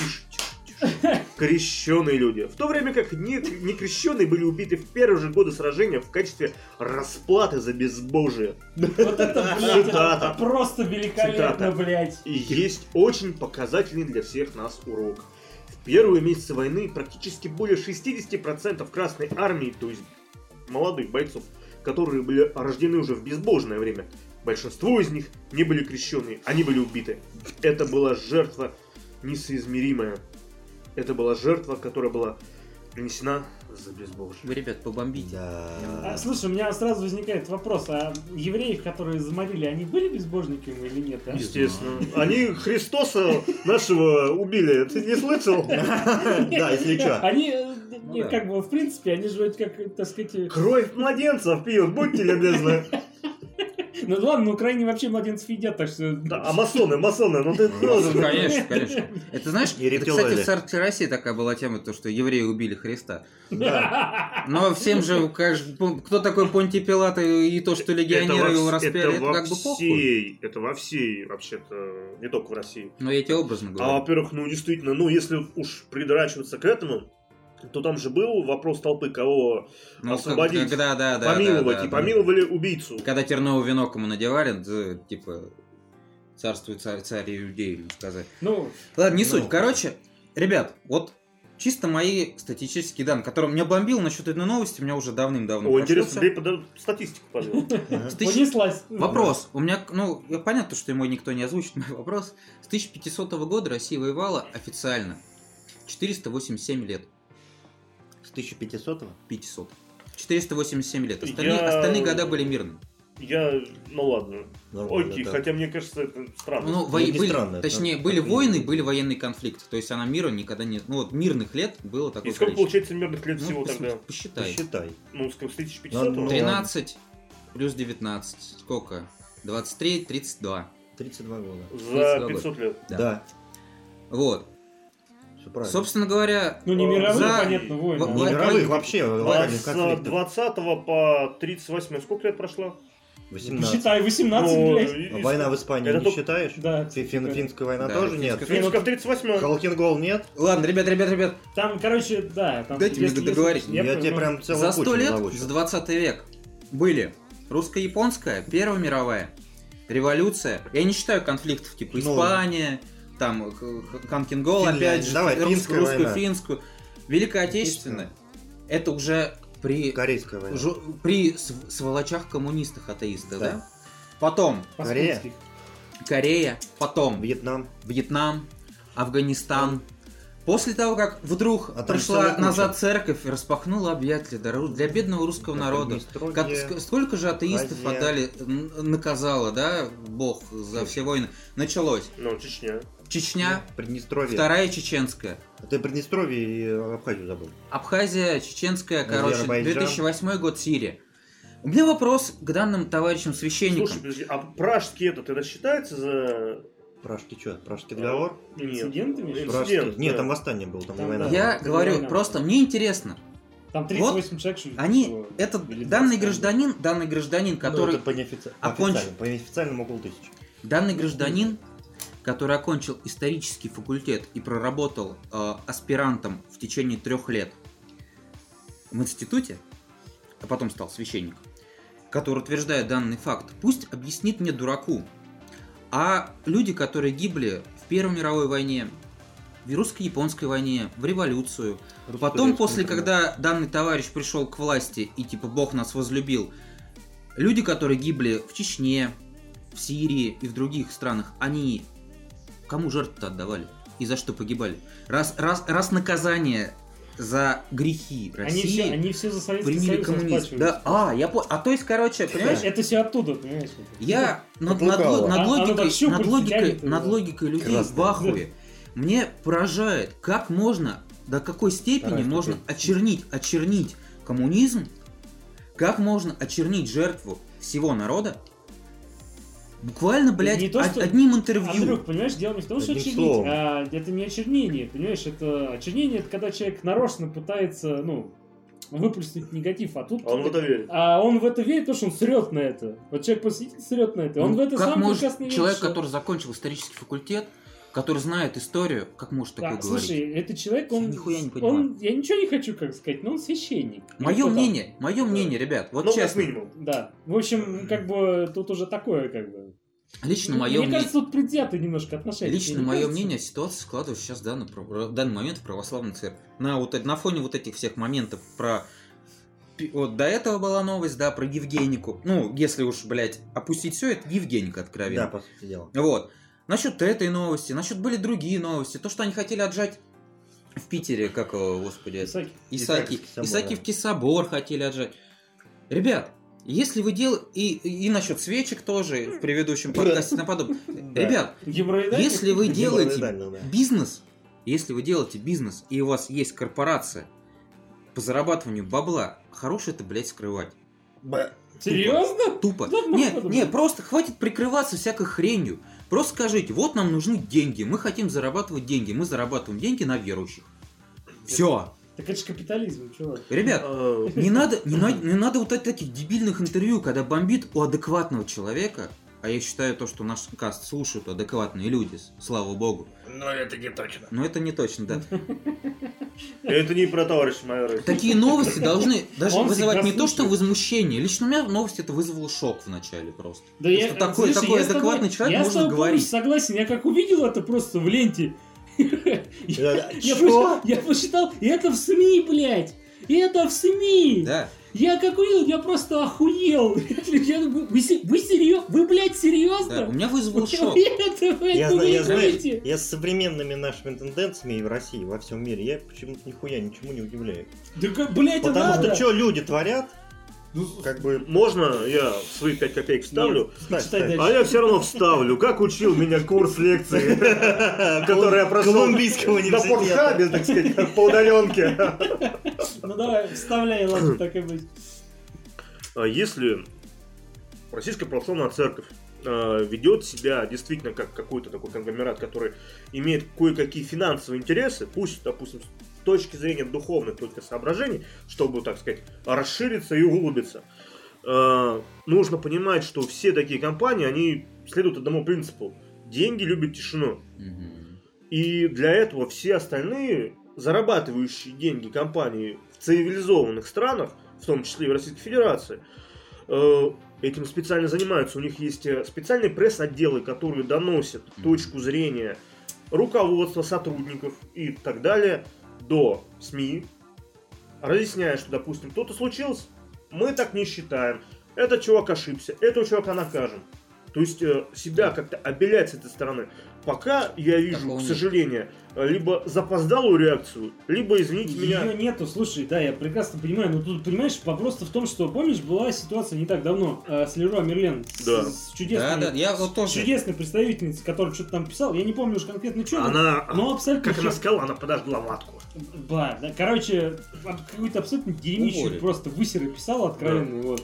крещеные люди, в то время как некрещеные были убиты в первые же годы сражения в качестве расплаты за безбожие. Вот это, блядь, Цитата. это просто великолепно, Цитата. блядь. И есть очень показательный для всех нас урок. В первые месяцы войны практически более 60% Красной Армии, то есть молодых бойцов, которые были рождены уже в безбожное время, большинство из них не были крещены, они были убиты. Это была жертва несоизмеримая. Это была жертва, которая была принесена за безбожие. Вы, ребят, побомбите. Да. Слушай, у меня сразу возникает вопрос, а евреев, которые заморили, они были безбожниками или нет? А? Естественно. Они Христоса нашего убили. Ты не слышал? Да, если что. Они, да. как бы, в принципе, они же, как, так сказать... Кровь младенцев пьют, будьте любезны. Ну ладно, на Украине вообще младенцев едят, так что... Да, а масоны, ну ты должен. Конечно, конечно. Это знаешь, И это, кстати, рептилоиды. в царстве России такая была тема, то, что евреи убили Христа. Да. Но всем же, кто такой Понтий Пилат и то, что легионеры его распяли, это как бы похуй. Это во всей, вообще-то, не только в России. Но я тебе образно А говорю. во-первых, ну действительно, ну если уж придрачиваться к этому, то там же был вопрос толпы, кого Ну, освободить, да, помиловать, да, и да. помиловали убийцу. Когда терновый венок ему надевали, типа, царствуй царь Иудеи, можно сказать. Ну, Ладно, не суть. Ну. Короче, ребят, вот чисто мои статистические данные, которые меня бомбил насчет этой новости, у меня уже давным-давно О, прошло интересно, всё. Андрей статистику подвел. С тысяч- понеслась. Вопрос. У меня, ну, понятно, что ему никто не озвучит мой вопрос. С 1500 года Россия воевала официально 487 лет. С 1500-го? 500. 487 лет. Я- Остальные года были мирными. Ну ладно. Нормально, Окей, да. хотя мне кажется, это странно. Ну, не были, странно, это точнее, как были минимум. войны, были военные конфликты. То есть она мира никогда не... Ну, вот мирных лет было И такое сколько количество. получается мирных лет Ну, всего тогда? посчитай. Посчитай. Ну, с 1500 Ну, 13 плюс 19. Сколько? 23, 32. 32 года. за 500 лет. Да. Да. Вот. Все правильно. Собственно говоря, Ну, не мировые, За- понятно, войны. в- Не в- мировых вообще, локальных С конфликтов. 20 по 38 сколько лет прошло? 18. Посчитай, 18, Ну, блядь. и- А война в Испании Это не только- считаешь? Да. Финская война Да, тоже нет? финская- Финская в 38 Халкингол нет? ладно, ребят, Там, короче, да. Там, Дайте мне договорить. Я понял, тебе ну, прям целую за 100 кучу лет, назову за 20 век были русско-японская, Первая мировая, революция. Я не считаю конфликтов типа Ну, Испания, там Халкингол, Финляндия. опять же, Давай, финская русскую, война. финскую. Великая Отечественная. Это уже при Корейская война. при сволочах коммунистах атеистах, да? Да. Потом паскудских. Корея, потом Вьетнам. Вьетнам, Афганистан, После того, как вдруг А там пришла целая куча. назад церковь и распахнула объятия для бедного русского народа. Сколько же атеистов Азия. отдали, наказало, да, Бог за все войны. Началось. Ну, Чечня. Чечня, Приднестровье. вторая чеченская. Ты Приднестровье и Абхазию забыл. Абхазия, чеченская, короче, Азербайджан. 2008 год, Сирия. У меня вопрос к данным товарищам священникам. Слушай, подожди, а пражский это считается за... Пражский что? Пражский договор? Нет. Инцидентами? Инцидент, Пражский. Нет, да. там восстание было, там Там, война. да. Я это говорю, война. просто мне интересно. Там 38 человек, что ли, Они, было? этот Или данный 20, гражданин, который... Ну, это по неофициальному. окончил- По неофициальному около 1000. Данный гражданин, который окончил исторический факультет и проработал аспирантом в течение 3 лет в институте, а потом стал священником, который утверждает данный факт, пусть объяснит мне, дураку, а люди, которые гибли в Первой мировой войне, в русско-японской войне, в революцию, потом, после, когда данный товарищ пришел к власти и типа Бог нас возлюбил, люди, которые гибли в Чечне, в Сирии и в других странах, они кому жертву-то отдавали? И за что погибали? Раз наказание за грехи России Они все за Советский приняли Союз коммунизм. расплачивались. Да, то есть, короче, понимаешь, Это все оттуда, понимаешь? я над лукаво. Оно так щупальца тянет, над логикой людей Красное. в ахуе. Мне поражает, как можно, до какой степени Вторая можно ступень. очернить коммунизм, как можно очернить жертву всего народа, буквально, блядь, Не то, что- одним интервью. Андрюх, понимаешь, дело не в том, что Одним очернить, словом. а это не очернение, понимаешь, это очернение, это когда человек нарочно пытается, выплеснуть негатив, а тут... А он в это верит. А он в это верит, потому что он срет на это. Вот человек посетитель срет на это. Он Ну, в это как сам может прекрасно верит. человек, что- который закончил исторический факультет, который знает историю, как может такое Так, говорить? слушай, этот человек, Я он... нихуя не понимаю. Я ничего не хочу как сказать, но он священник. Мое Ну, мнение, ребят, вот Ну, как честно, минимум. Да. В общем, как бы, тут уже такое, как бы... лично Мне мое мнение. кажется, тут предвзято немножко отношение. Лично Тебе не мое кажется? мнение, ситуация складывается сейчас в данный момент в православной церкви. На фоне вот этих всех моментов про... Вот до этого была новость, да, про Евгенику. Ну, если уж, блядь, опустить все, это Евгеника откровенно. Да, по сути дела. Вот. Насчет этой новости, насчет были другие новости. То, что они хотели отжать в Питере, как его, господи, Исаакиев. Исаакиевский собор, Исаакиевский собор хотели отжать. Ребят, если вы делаете... И насчет свечек тоже в предыдущем подкасте на подобное. Ребят, Геморроидальный? если вы делаете Геморроидально, да. бизнес, и у вас есть корпорация по зарабатыванию бабла, хорош это, блядь, скрывать. Серьезно? Тупо. Да, ну, Не, подумай. просто хватит прикрываться всякой хренью. Просто скажите, вот нам нужны деньги, мы хотим зарабатывать деньги, мы зарабатываем деньги на верующих. Все. Так это же капитализм, чувак. Ребят, А, не надо вот таких дебильных интервью, когда бомбит у адекватного человека, а я считаю то, что наш каст слушают адекватные люди, слава богу. Но это не точно. Но это не точно, да. Это не про товарища майора. Такие новости должны даже Он вызывать всегда не то, что слушает. возмущение. Лично у меня новость это вызвало шок вначале просто. Да Просто такой слушай, я с адекватный тобой- человек я с может тобой говорить. полностью согласен, я как увидел это просто в ленте. Чё? Я посчитал, и это в СМИ, блядь! И это в СМИ! Да. Я как увидел, я просто охуел! Вы серьезно? Вы, блядь, Да, серьезно? у меня вызвал шок. Я знаю, я с современными нашими тенденциями в России, во всем мире, я почему-то нихуя ничему не удивляюсь. Да как, блядь, это Потому надо! что что люди творят, Ну, как бы... Можно я свои 5 копеек вставлю? Нет, читай дальше. А я все равно вставлю. Как учил меня курс лекции, который я прошел Колумбийского на университета. Портхабе, так сказать, по удаленке. Ну давай, вставляй, ладно, так и быть. А если Российская Православная Церковь ведет себя действительно как какой-то такой конгломерат, который имеет кое-какие финансовые интересы, пусть, допустим, с точки зрения духовных только соображений, чтобы, так сказать, расшириться и углубиться, нужно понимать, что все такие компании, они следуют одному принципу. Деньги любят тишину. Мгм. И для этого все остальные зарабатывающие деньги компании в цивилизованных странах, в том числе и в Российской Федерации, этим специально занимаются. У них есть специальные пресс-отделы, которые доносят точку зрения руководства, сотрудников и так далее до СМИ, разъясняя, что, допустим, кто-то случился, мы так не считаем, этот чувак ошибся, этого чувака накажем. То есть себя как-то обелять с этой стороны. Пока я вижу, Такого к нет. сожалению, либо запоздалую реакцию, либо, извините меня... Ее нету, слушай, да, я прекрасно понимаю, но тут, понимаешь, вопрос-то в том, что, помнишь, была ситуация не так давно с Леруа Мерлен, Да. с чудесной, Да, я вот тоже. чудесной представительницей, которая что-то там писала, я не помню уж конкретно что, Она, но абсолютно... как она сказала, она подожгла матку. Да, короче, какой-то абсолютно дерьмище Уволили. просто высеры писала откровенно, вот.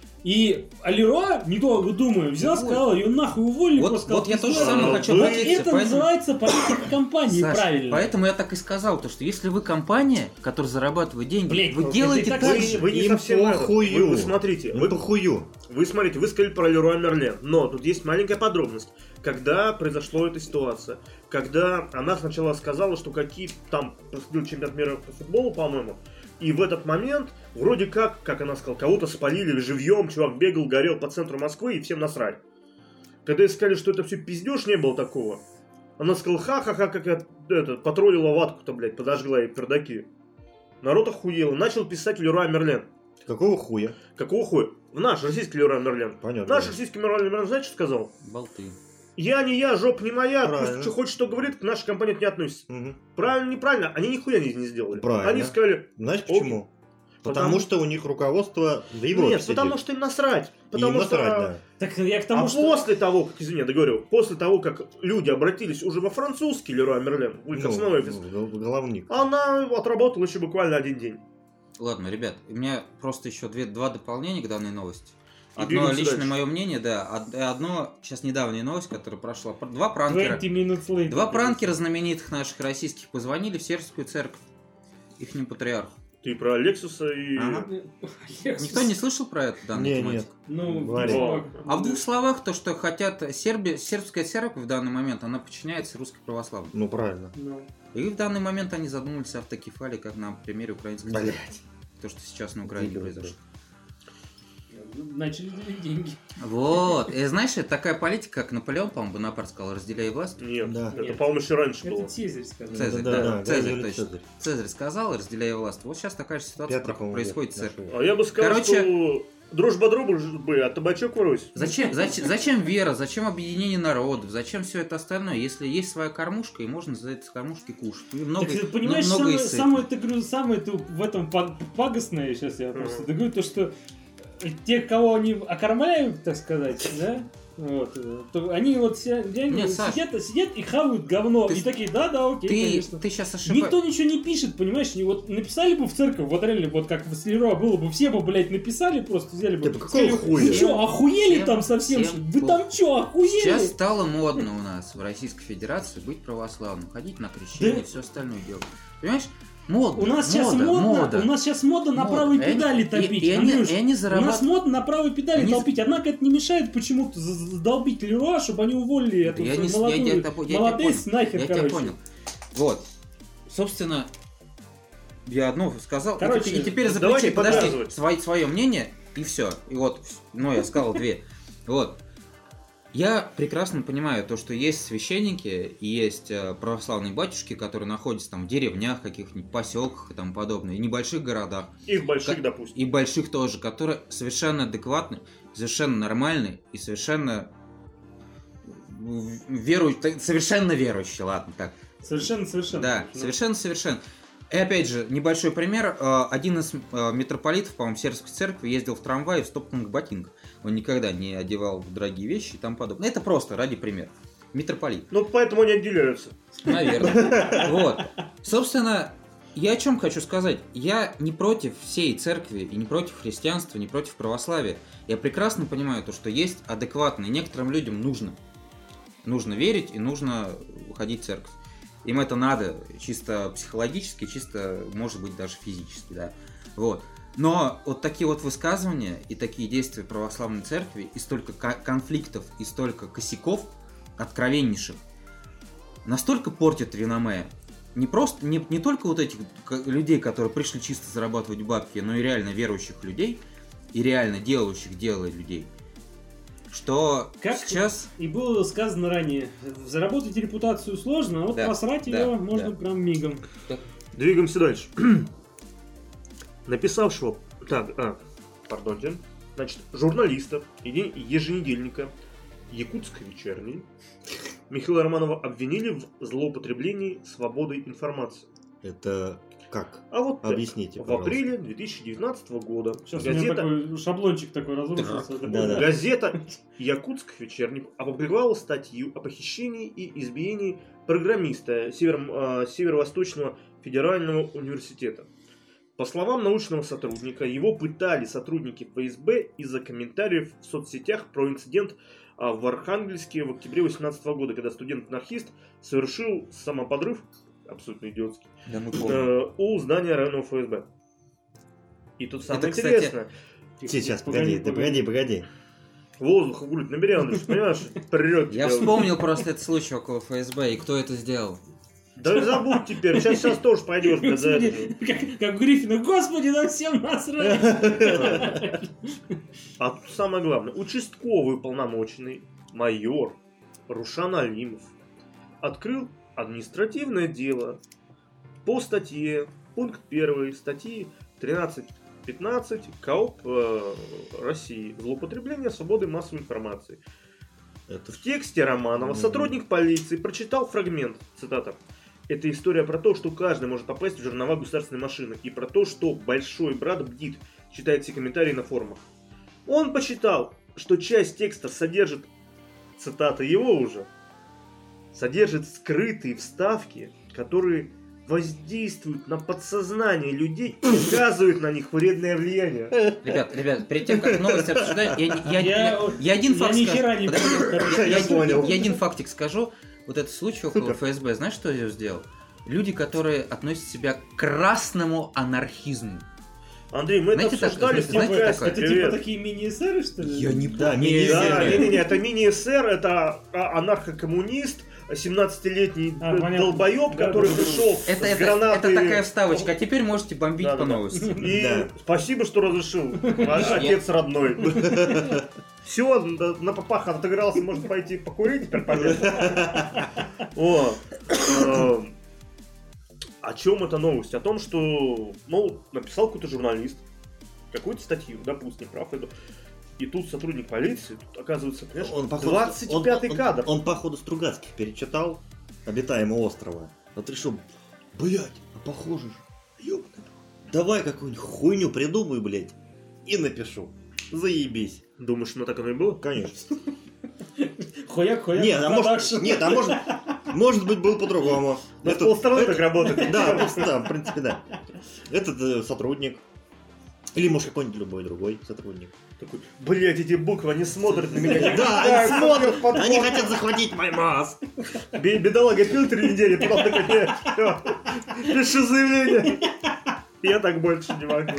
И Леруа, недолго думая, взяла, Уволили. сказала, ее нахуй уволили, Вот- просто вот я сказала, тоже самое «Пиздец». хочу Вот обратиться, это поэтому- называется политика компании, Саш, правильно. поэтому я так и сказал, то, что если вы компания, которая зарабатывает деньги, Блядь, вы ну, делаете ты так так Вы, же. вы не Им совсем это. похую. Вы смотрите, Им вы похую. Вы смотрите, вы сказали про Леруа Мерлен, но тут есть маленькая подробность. Когда произошла эта ситуация, когда она сначала сказала, что какие там происходил чемпионат мира по футболу, по-моему, и в этот момент вроде как она сказала, кого-то спалили живьем, чувак бегал, горел по центру Москвы и всем насрать. Когда ей сказали, что это все пиздеж, не было такого. Она сказала, ха-ха-ха, как я потроллила ватку-то, блядь, подожгла ей пердаки. Народ охуел, начал писать Леруа Мерлен. Какого хуя? Какого хуя? В наш российский Леруа Мерлен. Понятно. Наш российский Леруа Мерлен, знаете, что сказал? Болты. Я не я, жопа не моя, Правильно. пусть что хочет, что говорит, к нашей компании это не относится. Мгм. Правильно, неправильно, они нихуя не сделали. Правильно. Они сказали, Знаешь почему? Потому что у них руководство в Европе нет, потому сидит. что им насрать. И Потому им что, насрать, да. Так я к тому, а что... после того, как, извини, я договорю, после того, как люди обратились уже во французский Леруа Мерлен, в их основной офис, Головник. она отработала еще буквально один день. Ладно, ребят, у меня просто еще два дополнения к данной новости. И Одно двигаемся личное дальше. мое мнение, да. Одно сейчас недавняя новость, которая прошла. Два пранкера. 20 minutes later. Два пранкера знаменитых наших российских позвонили в сербскую церковь. Ихнему патриарху. Ты про Лексуса и... Ага. Лексус. Никто не слышал про это, данную Не, тематику? Ну, Говори. чувак. А в двух словах, то, что хотят сербская церковь в данный момент, она подчиняется русской православной. Ну, правильно. Ну. И в данный момент они задумались о автокефале, как на примере украинской церкви. Блять. То, что сейчас на Украине Дебил, произошло. Начали делить деньги. Вот. И знаешь, это такая политика, как Наполеон, по-моему, Бонапарт сказал, разделяй власть. Нет, Да. это, Нет. по-моему, еще раньше было. Это Цезарь сказал. Цезарь, Да, да, Цезарь, Юлий точно. Цезарь. Цезарь сказал, разделяй власть. Вот сейчас такая же ситуация Пятый, по-моему, происходит в век церкви. нашего. А я бы сказал, Короче- что дружба дружбы, а табачок врозь. Зачем вера, зачем объединение народов, зачем все это остальное, если есть своя кормушка, и можно за этой кормушки кушать. И много, Так ты понимаешь, много и сытно. самое это в этом пагостное, сейчас я просто договорю, то, что тех, кого они окормляют, так сказать, да, вот, то они вот Нет, Саш, сидят и хавают говно. ты- И такие, да, окей, конечно. Ты сейчас ошибаешься. Никто ничего не пишет, понимаешь? Вот написали бы в церковь, вот реально, вот как в Леруа было бы, все бы, блядь, написали, просто взяли бы. Да какого хуя? Вы что, охуели Всем- там совсем? всем Вы там что, охуели? Сейчас стало модно у нас в Российской Федерации быть православным, ходить на крещение Да. и все остальное делать. Понимаешь? Модно. У нас сейчас мода. у нас сейчас мода на Мода. правой И они- педали топить, и они Андрюш. и они У нас зарабатывают. модно на правой педали Они- толпить, однако это не мешает почему-то задолбить Леруа, чтобы они уволили эту Я не с- молодую я тебя молодец понял. нахер, Я тебя короче. понял. Вот. Собственно, я одно сказал, Короче, и теперь давайте заключай, подожди, подвязывать. свое мнение, и все. И вот, ну, я сказал две. Вот. Я прекрасно понимаю то, что есть священники и есть православные батюшки, которые находятся там в деревнях, каких-нибудь поселках и тому подобное, и небольших городах, И в больших, Как- допустим. и больших тоже, которые совершенно адекватны, совершенно нормальны и совершенно совершенно верующие, ладно, так. Совершенно. Да, совершенно. И опять же, небольшой пример. Один из митрополитов, по-моему, сербской церкви ездил в трамвае в стоптанных ботинках. Он никогда не одевал дорогие вещи и тому подобное. Это просто ради примера. Митрополит. Ну, поэтому они отделяются. Наверное. Вот. Собственно, я о чем хочу сказать. Я не против всей церкви, и не против христианства, не против православия. Я прекрасно понимаю то, что есть адекватные. Некоторым людям нужно. Нужно верить и нужно ходить в церковь. Им это надо чисто психологически, чисто, может быть, даже физически, да. Вот. Но вот такие вот высказывания и такие действия православной церкви, и столько конфликтов, и столько косяков откровеннейших, настолько портят реноме. Не только вот этих людей, которые пришли чисто зарабатывать бабки, но и реально верующих людей, и реально делающих дело людей. Что Как сейчас... и было сказано ранее, заработать репутацию сложно, а вот Да, просрать да, ее можно да. прям мигом. Двигаемся дальше. Написавшего... Пардонте. Значит, журналиста еженедельника Якутск вечерний Михаила Романова обвинили в злоупотреблении свободой информации. Это как? А вот так. Объясните, В пожалуйста. апреле 2019 года Сейчас у меня такой шаблончик такой разрушился. Да-да. газета «Якутск вечерний» опубликовала статью о похищении и избиении программиста Северо-Восточного федерального университета. По словам научного сотрудника, его пытали сотрудники ФСБ из-за комментариев в соцсетях про инцидент в Архангельске в октябре 2018 года, когда студент-анархист совершил самоподрыв, абсолютно идиотский, Да мы помним. у здания районного ФСБ. И тут самое Это, кстати, интересное. Сейчас, погоди. Воздуха в грудь набери, Андрюш, понимаешь? Прет Я тебя. вспомнил просто этот случай около ФСБ и кто это сделал. Да забудь теперь, сейчас тоже пойдешь, блядь, за это. Господи, как Гриффина, господи, нам всем насрать. А тут самое главное, участковый уполномоченный майор Рушан Алимов открыл административное дело по статье, пункт 1 статьи 13.15 КОАП России «Злоупотребление свободой массовой информации». Это В тексте Романова сотрудник полиции прочитал фрагмент, цитата: «Это история про то, что каждый может попасть в жернова государственной машины, и про то, что большой брат бдит, читает все комментарии на форумах». Он посчитал, что часть текста содержит, цитата его уже, содержит скрытые вставки, которые воздействуют на подсознание людей и оказывают на них вредное влияние. Ребят, перед тем, как новости обсуждать, я один факт ни скажу. хера не Подожди, Я понял. Я один фактик скажу. Вот этот случай около ФСБ, знаешь, что я сделал? Люди, которые относят себя к красному анархизму. Андрей, мы Знаете, это обсуждали в знаете подкасте. такое? Это типа Привет. такие мини-эсеры, что ли? Я не Да, помню. мини-эсеры. Да, не-не-не, это мини-СР, это анархокоммунист, 17-летний понятно. долбоеб, Да, который да. пришел с Это гранатой. такая вставочка. А теперь можете бомбить Да-да-да. по новости. И Да. спасибо, что разрешил, отец родной. Все, на попах отыгрался, может пойти покурить теперь полезно. О, о чем эта новость? О том, что, написал какой-то журналист какую-то статью, допустим, прав это. И тут сотрудник полиции, тут оказывается, понимаешь, Он, походу, 25-й кадр. Он, походу, Стругацких перечитал «Обитаемого острова». Вот решил, блядь, а похоже же, ёбаный. Давай какую-нибудь хуйню придумаю, блядь, и напишу. Заебись. Думаешь, ну так оно и было? Конечно. Хуяк, Нет, а может быть, был по-другому. Но с полстороны так работает. Да, в принципе, да. Этот сотрудник. Или, может, какой-нибудь любой другой сотрудник. Такой, блять, эти буквы, они смотрят на меня. Да, они смотрят, они хотят захватить мой мозг. Бедолага пил 3 недели, потом такой, нет, всё, пиши заявление. Я так больше не могу.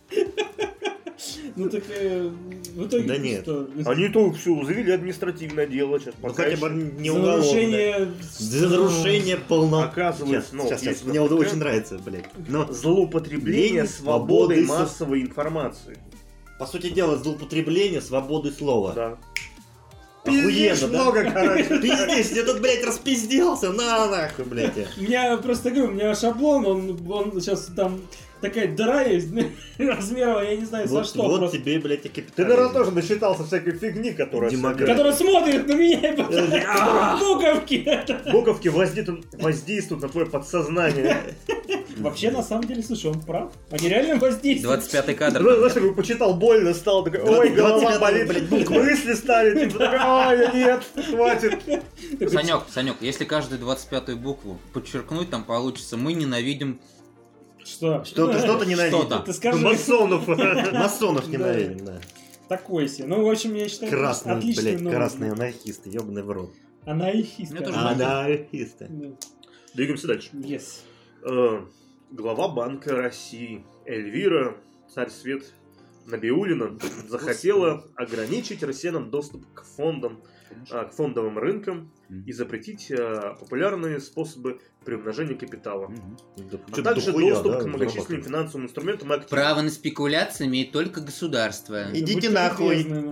Ну так в итоге Да нет. что? Они только все, завели административное дело сейчас. Ну, пока хотя бы еще. не За уголовное. нарушение... За нарушение полно. Оказывается, Сейчас, мне очень нравится, блядь. Но, Злоупотребление Лень, свободой свободы, массовой информации. по сути дела, злоупотребление свободы слова. Да. Охуенно, Пиздишь да? много, короче. Пиздец, я тут, блядь, распизделся, на нахуй, блядь. У меня просто говорю, у меня шаблон, он сейчас там такая дыра есть размером, я не знаю, за Вот, что. вот просто. тебе, блядь, и Ты, капитализм. наверное, тоже насчитался всякой фигни, которая... Демократия. Который смотрит на меня и потом буковки. Буковки воздействуют на твое подсознание. Вообще, на самом деле, слушай, он прав. Они реально воздействуют. 25-й кадр. Знаешь, такой почитал, больно стало, такой, ой, голова 25-й, болит, блядь, буква. мысли стали, типа, такой, ой, нет, хватит. Санек, если каждую 25-ю букву подчеркнуть, там получится «Мы ненавидим». Что? Что-то ненавидим. Что-то. Ты скажи, Масонов. Масонов ненавидим, да. такой себе. Ну, в общем, я считаю, Красные, отличный блядь, новость. красные анархисты, ёбаный в рот. Анархист. Мне тоже Анархисты. Двигаемся дальше. Yes. Глава Банка России Эльвира Царь-Свет Набиуллина захотела ограничить россиянам доступ к фондам, к фондовым рынкам и запретить популярные способы приумножения капитала, Да, а чё-то также дохуя, доступ да, к многочисленным зарабатывают. финансовым инструментам и активам. Право на спекуляции имеет только государство. Идите Будьте нахуй. любезны,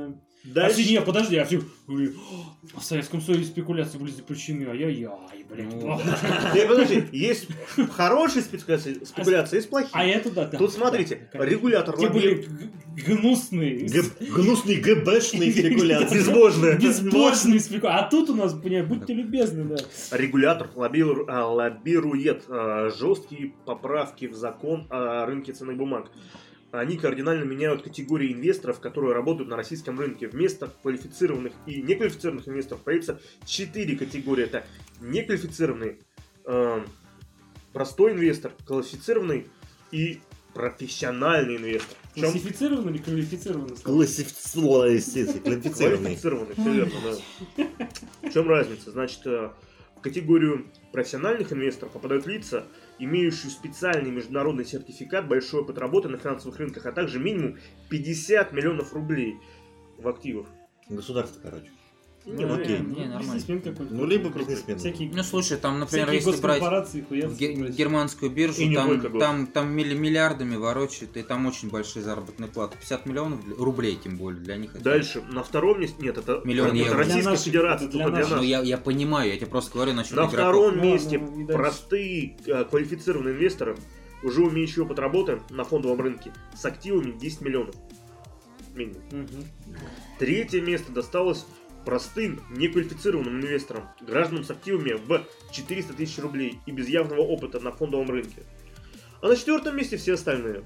Дальше. не, подожди, а все говорю, в Советском Союзе спекуляции были запрещены, ай-яй-яй, блядь. Ну, Подожди, есть хорошие спекуляции, есть плохие. А это да. Тут смотрите, регулятор Те были гнусные. Гнусные ГБшные спекуляции. безбожные. Безбожные спекуляции. А тут у нас, понимаете, будьте любезны, да. Регулятор лоббирует жесткие поправки в закон о рынке ценных бумаг. Они кардинально меняют категории инвесторов, которые работают на российском рынке. Вместо квалифицированных и неквалифицированных инвесторов появится 4 категории. Это неквалифицированный, простой инвестор, квалифицированный и профессиональный инвестор. В чем? Классифицированный или квалифицированный? Квалифицированный. Квалифицированный, все верно, да. В чем разница? Значит, в категорию профессиональных инвесторов попадают лица, имеющие специальный международный сертификат, большой опыт работы на финансовых рынках, а также минимум 50 миллионов рублей в активах. Государство, короче. Не, ну, окей. Не, нормально. Бизнесмен какой-то. Ну, либо бизнесмен. Всякие, Ну, слушай, там, например, всякие если брать госкорпорации хуятся. германскую биржу, И не только год. там миллиардами ворочают, и там очень большие заработные платы. 50 миллионов рублей, тем более, для них. это- Дальше, на втором месте, нет, это, Миллион это евро. Российская Для наших, Федерация, это для только для наших. Ну, нас. я понимаю, я тебе просто говорю насчет На игроков. втором Ну, месте ну, и дальше. простые квалифицированные инвесторы, уже умеющие опыт работы на фондовом рынке, с активами 10 миллионов. Минимум. Мгм. Третье место досталось простым, неквалифицированным инвесторам, гражданам с активами в 400 тысяч рублей и без явного опыта на фондовом рынке. А на четвертом месте все остальные.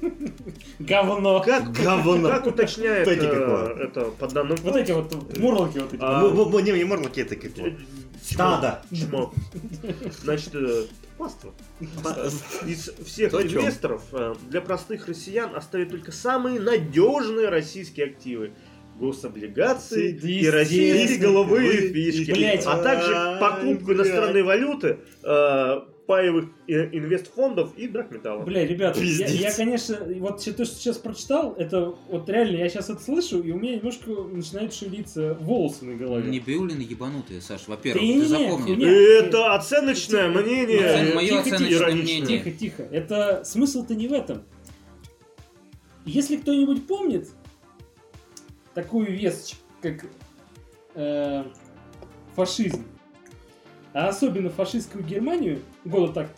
Говно. Говно. Как уточняет Знаете, какое? это по данным... Вот эти вот мурлоки вот эти. А, Не морлоки это как вот. Стадо. Чмо. Значит, паства. Из всех То чё? инвесторов для простых россиян оставят только самые надежные российские активы. Гособлигации Да, и российские естественно. голубые фишки. Блядь. А также покупку иностранной валюты, паевых инвестфондов и драгметаллов. Бля, ребята, Пиздец. я, конечно, вот то, что сейчас прочитал, это вот реально, я сейчас это слышу, и у меня немножко начинают шевелиться волосы на голове. Не Бюлин ебанутые, Саш, во-первых, Да не, ты не, запомни. хуйня. Это оценочное Оцен- мнение. Мое Тихо, оценочное тихо, мнение. Тихо, тихо. Это смысл-то не в этом. Если кто-нибудь помнит такую вещь, как фашизм, а особенно фашистскую Германию, года так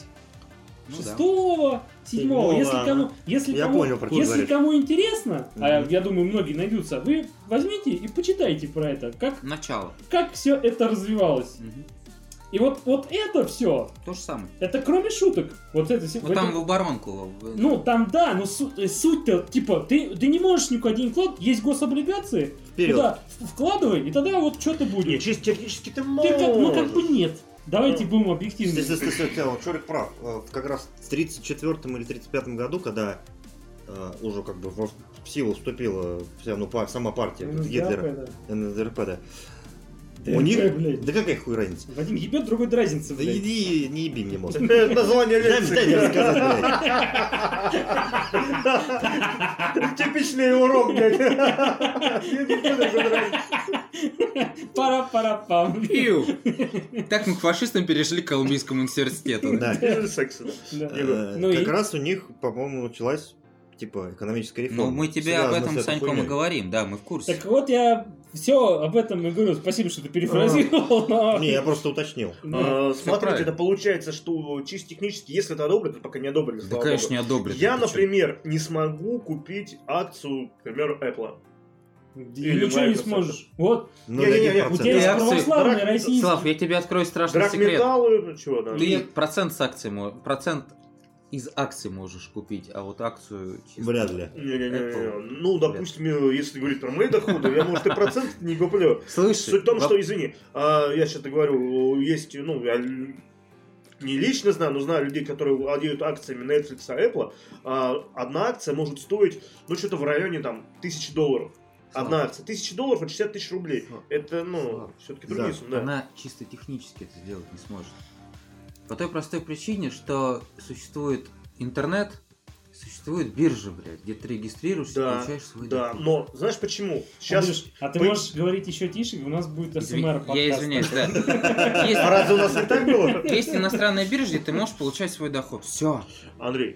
36-го, 7-го, если Я кому, понял, про что ты если говоришь. кому интересно, а Мгм. я думаю, многие найдутся, вы возьмите и почитайте про это, Начало. как все это развивалось. Мгм. И вот это все, То же самое. это кроме шуток. Вот это в Вот этом- там в оборонку. Ну, там да, но суть-то, типа, ты не можешь никуда денег вкладывать, есть гособлигации, Вперед. туда вкладывай, и тогда вот что-то Не, будет. чисто технически ты Ты можешь. ну, как бы нет. Давайте будем объективны. Шурик прав. Как раз в 34 или 35 году, когда уже как бы в силу вступила вся, сама партия Гитлера, НСДРП, да. У них... блядь. Да какая хуй разница? Вадим ебет, другой дразнится, Да блядь. иди, не еби мне мозг. Это название Дай мне лекции. рассказать, блядь. Типичный урок, блядь. Я не буду задрать. Пара-пара-пам. Пиу. Так мы к фашистам перешли к Колумбийскому университету. Да. Без секса, да. Да. Ну Как и- раз у них, по-моему, началась типа экономическая реформа. Ну, мы тебе об связанная этом, с этой Санька, мы хуйней. говорим, да, мы в курсе. Так вот я все об этом и говорю. Спасибо, что ты перефразировал. но- Не, я просто уточнил. Да. Смотрите, правильно. это получается, что чисто технически, если это одобрят, это пока не одобрили. Да, слава конечно, богу. не одобрят. Я, Ты чё? например, не смогу купить акцию, к примеру, Apple. Или Ничего не Microsoft. сможешь. Вот, Не-не-не, у 0,1%. тебя есть акции- православный Драк- российский. Слав, я тебе открою страшный секрет. Драгметаллы, ну чего, да. Ты процент с акций, процент из акций можешь купить, а вот акцию чисто... Вряд ли. Не-не-не. Apple. Ну, допустим, если говорить про мои доходы, я, может, и процент не куплю. Слышь, Суть в том, что, извини, я сейчас говорю, есть, ну, я не лично знаю, но знаю людей, которые владеют акциями Netflix, Apple. Одна акция может стоить, ну, что-то в районе, там, $1000. Одна акция. $1000 это 60 тысяч рублей. Это, ну, все-таки другие Да. суммы. Да. она чисто технически это сделать не сможет. По той простой причине, что существует интернет, существует биржа, блядь, где ты регистрируешься и Да, получаешь свой да, доход. но знаешь почему? Сейчас... Андрюш, а ты По- можешь говорить еще тише, у нас будет СМР подкаст. Я извиняюсь, да. А разве у нас не так было? Есть иностранная биржа, где ты можешь получать свой доход. Все. Андрей,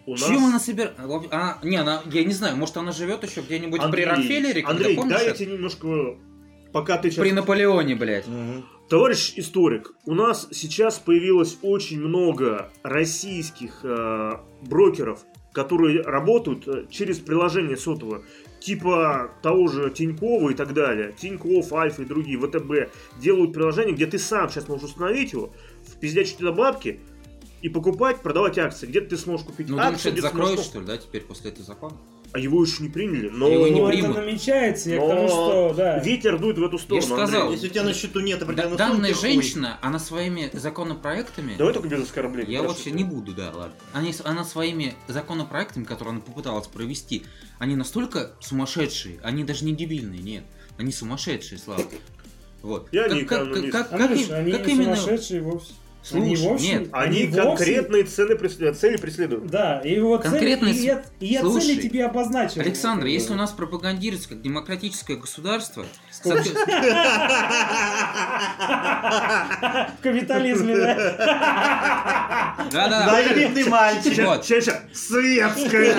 У Чем нас... она собирает? Я не знаю, может она живет еще где-нибудь при Рокфеллере, когда, Андрей, помнишь? дай я это? тебе немножко... Пока ты сейчас... При Наполеоне, блядь. Товарищ историк, у нас сейчас появилось очень много российских брокеров, которые работают через приложение сотовое, типа того же Тинькова и так далее. Тинькофф, Альфа и другие, ВТБ, делают приложение, где ты сам сейчас можешь установить его, впиздячить туда бабки и покупать, продавать акции. Где-то ты сможешь купить Ну, думаешь, акции, это где-то закроют, сможешь... что ли, да, теперь после этого закона? А его еще не приняли, но... Его не Ну, примут. это намечается, я к Но тому, что, да. ветер дует в эту сторону, Я же сказал. Андрей. Если у тебя на счету нет определенных сумм, Данная ты хуй. женщина, она своими законопроектами... Давай только без оскорблений. Я хорошо? вообще не буду, да, ладно. Она своими законопроектами, которые она попыталась провести, они настолько сумасшедшие, они даже не дебильные, нет. Они сумасшедшие, Слава. Вот. Я не экономист. Андрюш, они не именно... сумасшедшие вовсе. Слушай, Они вовсе... нет. Они вовсе- конкретные цели преследуют. Да, и вот Конкретные цели, и я Слушай, цели тебе обозначил. Александр, если у нас пропагандируется как демократическое государство... Сколько? соответ- В капитализме, да? Да-да-да. Наивный мальчик. Вот. Сейчас, светская.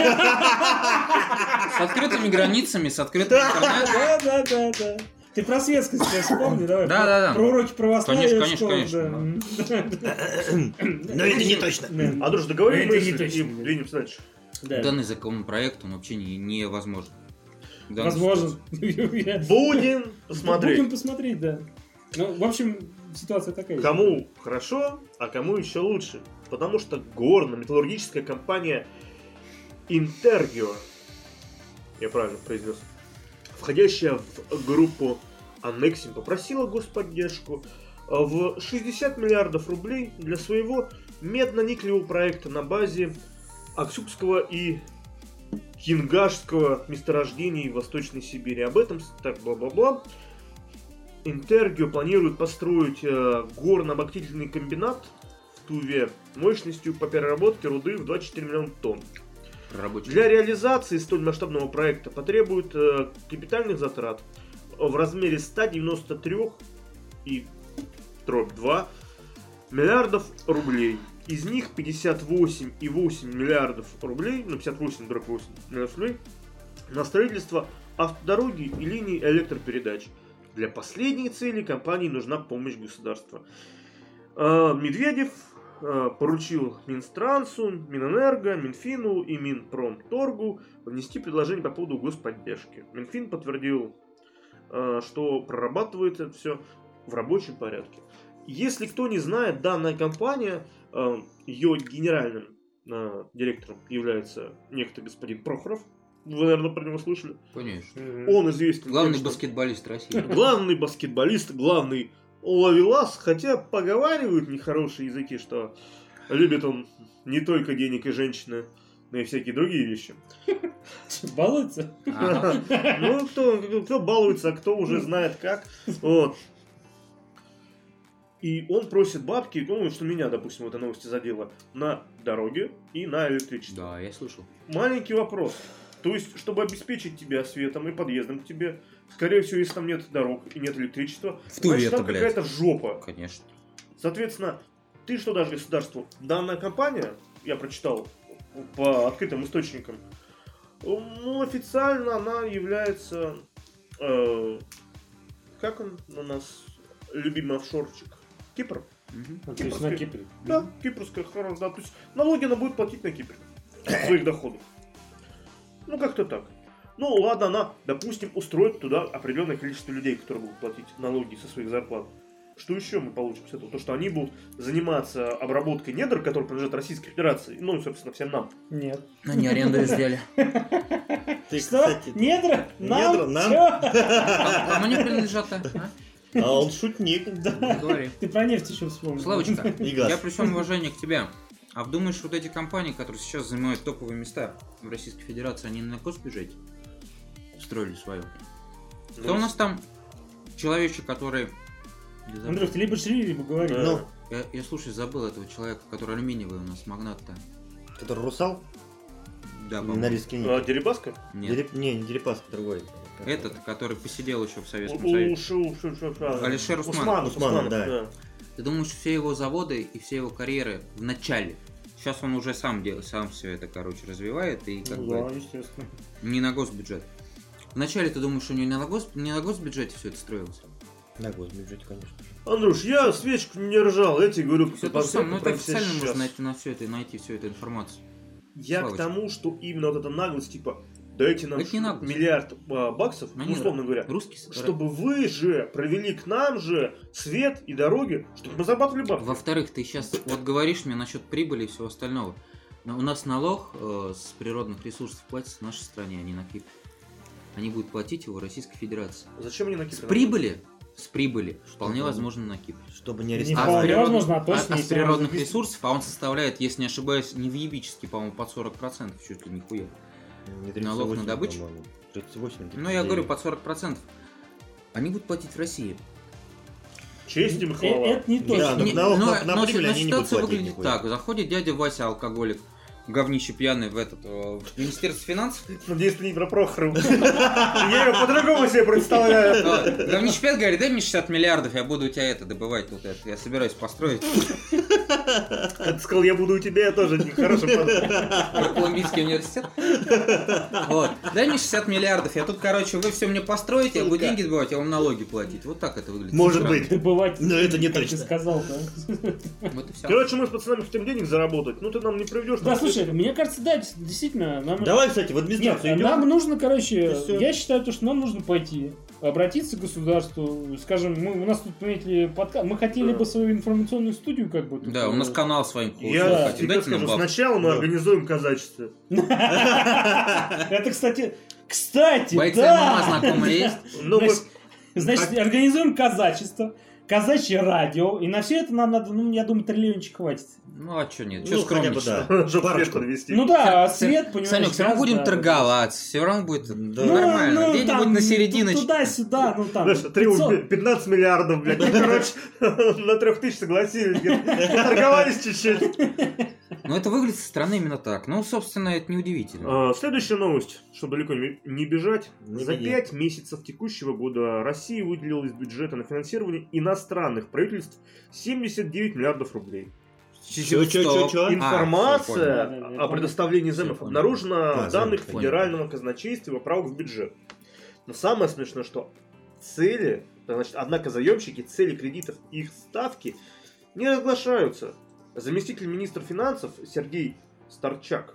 С открытыми границами, с открытым интернетом. Да. Ты про светскость сейчас вспомни, давай. Да. Про уроки православия. Конечно, в школе, конечно. Но это не точно. Да. Андрюш, договори Это не мысли точно. и двинемся дальше. Да. Данный законопроект, он вообще невозможен. В данной Возможно. Будем смотреть. Будем посмотреть, да. Ну, в общем, ситуация такая. Кому хорошо, а кому еще лучше. Потому что горно-металлургическая компания Интергио, я правильно произнес, входящая в группу Аннексим, попросила господдержку в 60 миллиардов рублей для своего медно-никелевого проекта на базе Аксюкского и Кингашского месторождений в Восточной Сибири. Об этом так бла-бла-бла. Интергио планирует построить горно-обогатительный комбинат в Туве мощностью по переработке руды в 24 миллиона тонн. Рабочий. Для реализации столь масштабного проекта потребует капитальных затрат в размере 193,2 миллиардов рублей. Из них 58,8 миллиардов рублей, 58,8 миллиардов рублей на строительство автодороги и линий электропередач. Для последней цели компании нужна помощь государства. Медведев поручил Минтрансу, Минэнерго, Минфину и Минпромторгу внести предложение по поводу господдержки. Минфин подтвердил, что прорабатывает это все в рабочем порядке. Если кто не знает, данная компания, ее генеральным директором является некто господин Прохоров. Вы, наверное, про него слышали. Конечно. Он известен Главный тем, что- баскетболист России. Главный баскетболист, главный ловелас, хотя поговаривают нехорошие языки, что любит он не только денег и женщины, но и всякие другие вещи. Балуется? Ага. Ну, кто балуется, а кто уже знает как. Вот. И он просит бабки, ну, что меня, допустим, в этой новости задело, на дороге и на электричество. Да, я слышал. Маленький вопрос. То есть, чтобы обеспечить тебя светом и подъездом к тебе, скорее всего, если там нет дорог и нет электричества, В Туве значит, там это, блядь. какая-то жопа. Конечно. Соответственно, ты что дашь государству? Данная компания, я прочитал по открытым источникам, ну, официально она является, как он у нас, любимый офшорчик? Кипр? Мгм. То есть на Кипре. Да, кипрская хорошая, да. То есть налоги она будет платить на Кипре. Своих доходов. Ну, как-то так. Ну, ладно, она, допустим, устроит туда определенное количество людей, которые будут платить налоги со своих зарплат. Что еще мы получим с этого? То, что они будут заниматься обработкой недр, которые принадлежат Российской Федерации, ну, и, собственно, всем нам. Нет. Они аренду взяли. Ты, Что? кстати, Недра? Нам? Недра? Нам? Чё? Кому они принадлежат-то? А? а он шутник. Да. Не говори. Ты про нефть еще вспомнил. Славочка, И газ. я при всем уважении к тебе. А думаешь, вот эти компании, которые сейчас занимают топовые места в Российской Федерации, они на косбюджете строили свое? Кто у нас там человечек, который... Андрюх, ты либо шире, либо говори. Ну, Я, слушай, забыл этого человека, который алюминиевый у нас магнат-то. который русал? Да, На по-моему. риске нет. Дерибаска? Нет. Не Дерипаска, другой. Этот, который посидел еще в Советском Союзе. Алишер Усманов. Усманов, да. Ты думаешь, все его заводы и все его карьеры в начале Сейчас он уже сам все это, короче, развивает и как бы Да, естественно. не на госбюджет. Вначале ты думаешь, что не на госбюджете все это строилось? На госбюджете, конечно. Андрюш, я свечку не держал, я тебе говорю, Все то же самое, но это официально можно найти всю эту информацию. Я Славочка. к тому, что именно вот эта наглость, типа, дайте нам Это не наглость. миллиард баксов, Они условно говоря, Русский чтобы вы же провели к нам же свет и дороги, чтобы мы зарабатывали бабки. Во-вторых, ты сейчас вот говоришь мне насчет прибыли и всего остального. Но у нас налог с природных ресурсов платится в нашей стране, а не на Кипре. Они будут платить его в Российской Федерации. Зачем мне на С Кипре? прибыли вполне возможно на Кипре. Чтобы не Не арестовать. вполне возможно, а точно, с если природных он запис- ресурсов, а он составляет, если не ошибаюсь, невъебически, по-моему, под 40%, чуть ли нихуя. Не налог на 38, добычу? по-моему. 38, Ну, я говорю, под 40%. Они будут платить в России. Честь им хвала. Это не Да, точно. но Не- налог но- на но прибыль они не будут ситуация платить выглядит нихуя. так. Заходит дядя Вася, алкоголик, говнище пьяный в Министерство финансов. Надеюсь, ты не про Прохорову. Я ее по-другому себе представляю. Говнище пьяный говорит, дай мне 60 миллиардов, я буду у тебя добывать вот это. Я собираюсь построить Ты сказал, я буду у тебя, я тоже хороший Колумбийский университет. Вот. Дай мне 60 миллиардов, я тут, короче, вы все мне построите, я буду деньги добывать, я вам налоги платить. Вот так это выглядит. Может Странно. быть. Добывать, Но это не как ты точно. сказал, да? Вот и все. Короче, мы с пацанами хотим денег заработать. Ну ты нам не приведешь. Да, слушай, мне кажется, да, действительно, нам... Давай, кстати, в Нет, администрацию идем. нам нужно, короче, И всё. я считаю, то, что нам нужно пойти, обратиться к государству, скажем, у нас тут, понимаете ли, мы хотели бы свою информационную студию, как бы... тут, Да, у нас канал своим Я хотим. тебе Дайте нам скажу, бабки. сначала мы Да. организуем казачество. Это, кстати, Бойцы да! ММА знакомые есть? Ну, Значит, организуем казачество, казачье радио, и на все это нам надо, я думаю, триллиончик хватит. Ну а что нет? Ну, Что хотя бы скромничать? да. чтобы свет Парочку. подвести. Ну да, а свет, понимаешь... Санек, все равно газ, будем да. торговаться, все равно будет Да. нормально. Ну, Где-нибудь там, на серединочке. Туда-сюда, ну там... Знаешь, 15 миллиардов, блядь. Ну, короче, на 3000 согласились. говорит, Торговались чуть-чуть. Но это выглядит со стороны именно так. Ну, собственно, это неудивительно. Следующая новость, чтобы далеко не бежать. Не За беги. 5 месяцев текущего года Россия выделила из бюджета на финансирование иностранных правительств 79 миллиардов рублей. Чё? Информация всё, понял. о предоставлении Всё, займов понял. обнаружена Да, в данных понял. федерального казначейства и поправок в бюджет. Но самое смешное, что цели, значит, однако заемщики, цели кредитов и их ставки не разглашаются. Заместитель министра финансов Сергей Старчак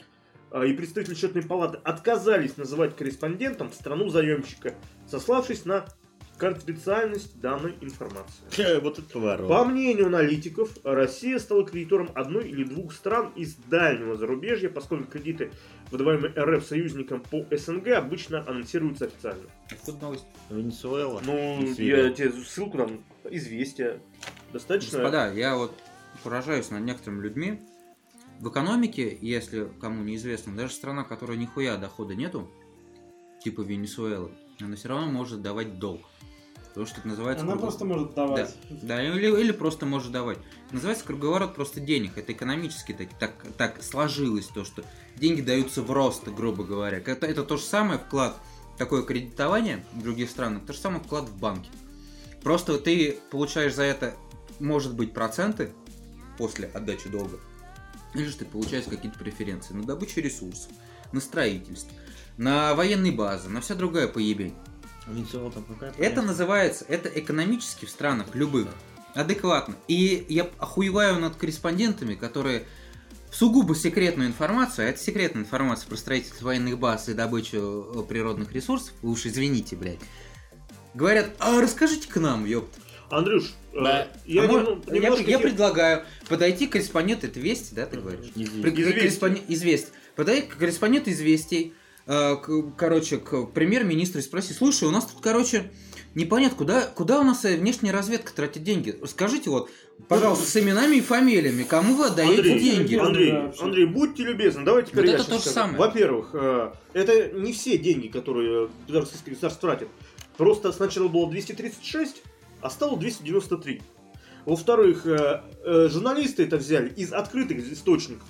и представитель счетной палаты отказались называть корреспондентом страну заемщика, сославшись на конфиденциальность данной информации. Вот это ворот. По мнению аналитиков, Россия стала кредитором одной или двух стран из дальнего зарубежья, поскольку кредиты, выдаваемые РФ союзникам по СНГ, обычно анонсируются официально. Откуда новость? Венесуэла. Ну, И Сирия. я тебе ссылку там, известия. Достаточно. Господа, я вот поражаюсь над некоторыми людьми. В экономике, если кому неизвестно, даже страна, которая нихуя дохода нету, типа Венесуэлы, она все равно может давать долг. Потому что это называется... Она просто может давать. Да, или просто может давать. Называется круговорот просто денег. Это экономически так сложилось, то, что деньги даются в рост, грубо говоря. Это то же самое вклад, такое кредитование в других странах, то же самое вклад в банки. Просто ты получаешь за это, может быть, проценты после отдачи долга, или же ты получаешь какие-то преференции на добычу ресурсов, на строительство, на военные базы, на вся другая поебень. Венесуэла там какая-то? Это называется, это экономически в странах любых адекватно. И я охуеваю над корреспондентами, которые в сугубо секретную информацию, а это секретная информация про строительство военных баз и добычу природных ресурсов, вы уж извините, блядь, говорят, а расскажите-ка нам, ёпта. Андрюш, Да. я Я предлагаю подойти к корреспонденту, это Вести, да, ты говоришь? Известий. Подойти к корреспонденту Известий, короче, к премьер-министру и спроси, слушай, у нас тут, короче, непонятно, куда у нас внешняя разведка тратит деньги. Скажите вот, пожалуйста, с именами и фамилиями, кому вы отдаете деньги? Андрей, будьте любезны, давайте теперь Вот я это сейчас то же скажу. самое. Во-первых, это не все деньги, которые российское государство тратит. Просто сначала было 236, а стало 293. Во-вторых, журналисты это взяли из открытых источников.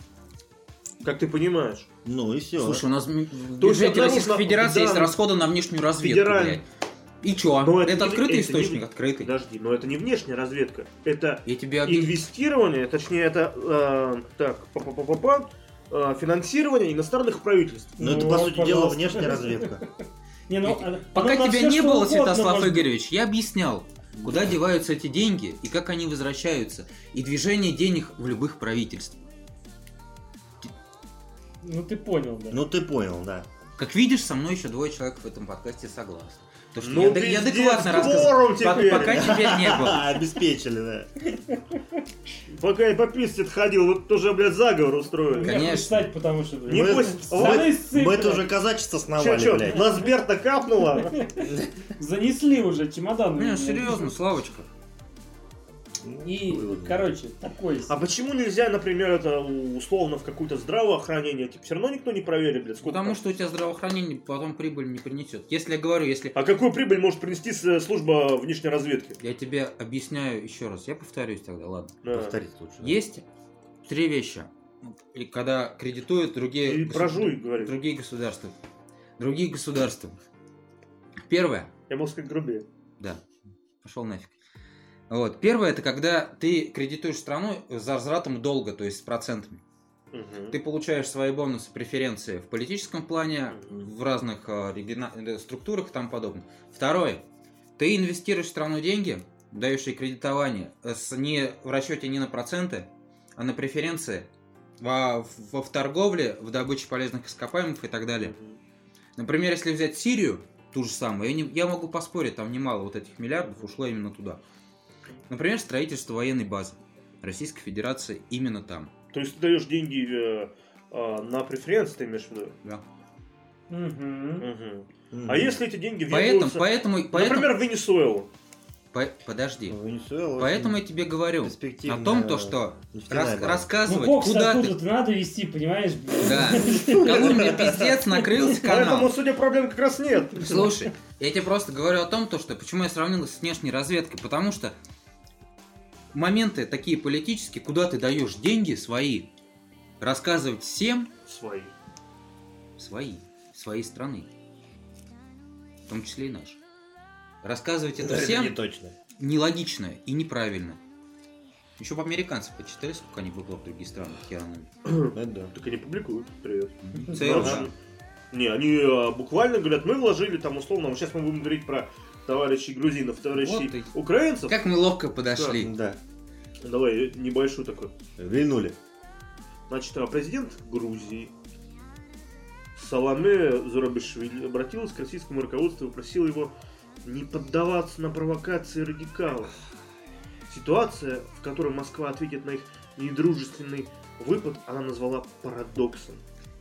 Как ты понимаешь. Ну и все. Слушай, у нас в То есть бюджете нам Российской нужно- Федерации да, есть расходы на внешнюю разведку, федеральный- блядь. И чё? Но Это не- открытый это не- источник? Открытый. Подожди, но это не внешняя разведка. Это Я тебе объясню. инвестирование, точнее, это финансирование иностранных правительств. Ну, это, Ну, по вот, сути дела, пожалуйста. внешняя разведка. Не, ну, Пока оно на тебя всё, не что было, угодно Святослав может быть. Игоревич, я объяснял, куда деваются эти деньги и как они возвращаются. И движение денег в любых правительствах. Ну ты понял, да. Ну, ты понял, да. Как видишь, со мной еще двое человек в этом подкасте согласны. Потому что Ну, я пиздец, адекватно кворум рассказал. теперь. Пока тебя не было. Обеспечили, да. Пока я по писте ходил, вы тоже, блядь, заговор У устроили. меня Конечно. представь, потому что... блин, Небось, Самые цифры. Мы-то уже казачество основали, Чё, блядь. на Сбер-то капнуло? Занесли уже чемодан. Не, серьезно, Славочка. И, короче, такой... А почему нельзя, например, это условно в какое-то здравоохранение? Типа, все равно никто не проверит, блядь, сколько Потому там. что у тебя здравоохранение потом прибыль не принесет. Если я говорю, если... А какую прибыль может принести служба внешней разведки? Я тебе объясняю еще раз. Я повторюсь тогда, ладно. Да. Повторить лучше. да. Есть три вещи. И когда кредитуют другие... И прожуй, говорит. Другие государства. Другие государства. Первое. Я мог сказать грубее. Да. Пошел нафиг. Вот. Первое, это когда ты кредитуешь страну за возвратом долга, то есть с процентами. Мгм. Ты получаешь свои бонусы, преференции в политическом плане, в разных структурах и тому подобное. Второе. Ты инвестируешь в страну деньги, даешь ей кредитование в расчете не на проценты, а на преференции в торговле, в добыче полезных ископаемых и так далее. Например, если взять Сирию, ту же самую, я могу поспорить, там немало вот этих миллиардов ушло именно туда. Например, строительство военной базы Российской Федерации именно там. То есть ты даешь деньги на преференции, ты имеешь в виду? Да. Мгм. Мгм. А если эти деньги въебываются, Поэтому, например, в Венесуэлу? подожди. Венесуэла Поэтому я очень тебе говорю о перспективная том, то, что нефтяная база. Ну, рассказывать, бокс куда ты... откуда-то надо вести, понимаешь? блин? Да. Колумбия пиздец, накрылся Поэтому, канал. судя проблем, как раз нет. Слушай, я тебе просто говорю о том, то, что почему я сравнил с внешней разведкой. Потому что моменты такие политические, куда ты даешь деньги свои, рассказывать всем своей страны. В том числе и наши. Рассказывать это Это всем не точно. нелогично и неправильно. Еще по американцев почитали, сколько они бабла в другие страны херанули. Это да. Так они публикуют. Привет. ЦРУ. Не, они буквально говорят, мы вложили там условно, вот сейчас мы будем говорить про товарищей грузинов, товарищей Вот и- украинцев. Как мы ловко подошли. Да. Давай небольшую такую. Вильнули. Значит, президент Грузии Саломе Зурабишвили обратилась к российскому руководству и просила его не поддаваться на провокации радикалов. Ситуация, в которой Москва ответит на их недружественный выпад, она назвала парадоксом.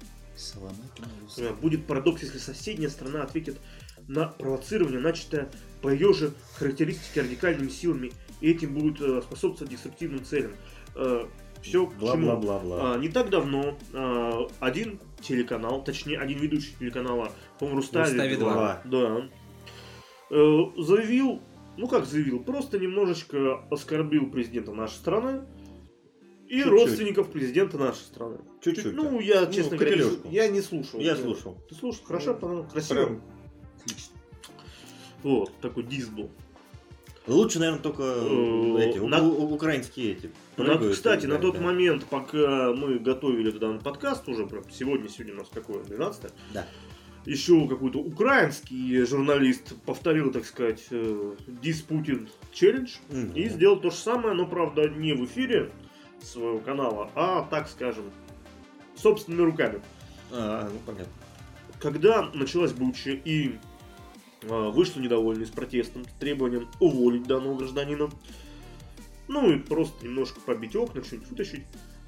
Будет парадокс, если соседняя страна ответит на провоцирование, начатое по ее же характеристике радикальными силами, и этим будет способствовать деструктивным целям. Все к чему? Бла-бла-бла-бла. Не так давно один телеканал, точнее один ведущий телеканала, по-моему, Рустави 2. да, заявил, просто немножечко оскорбил президента нашей страны и Чуть-чуть. родственников президента нашей страны. Чуть-чуть. Ну, я, честно говоря, капелюшку. я не слушал. Я слушал. Ты слушал? Хорошо, красиво. Прям Отлично. Вот, такой диск был. Лучше, наверное, только эти, украинские эти. прыгают, Кстати, на да, тот да. момент, пока мы готовили данный подкаст, уже прям сегодня у нас какое, 12-е? Да. Еще какой-то украинский журналист повторил, так сказать, Диспутин челлендж Мгм. и сделал то же самое, но, правда, не в эфире своего канала, а, так скажем, собственными руками. Ну понятно. Когда началась буча и вышли недовольные с протестом, с требованием уволить данного гражданина, ну и просто немножко побить окна, что-нибудь вытащить,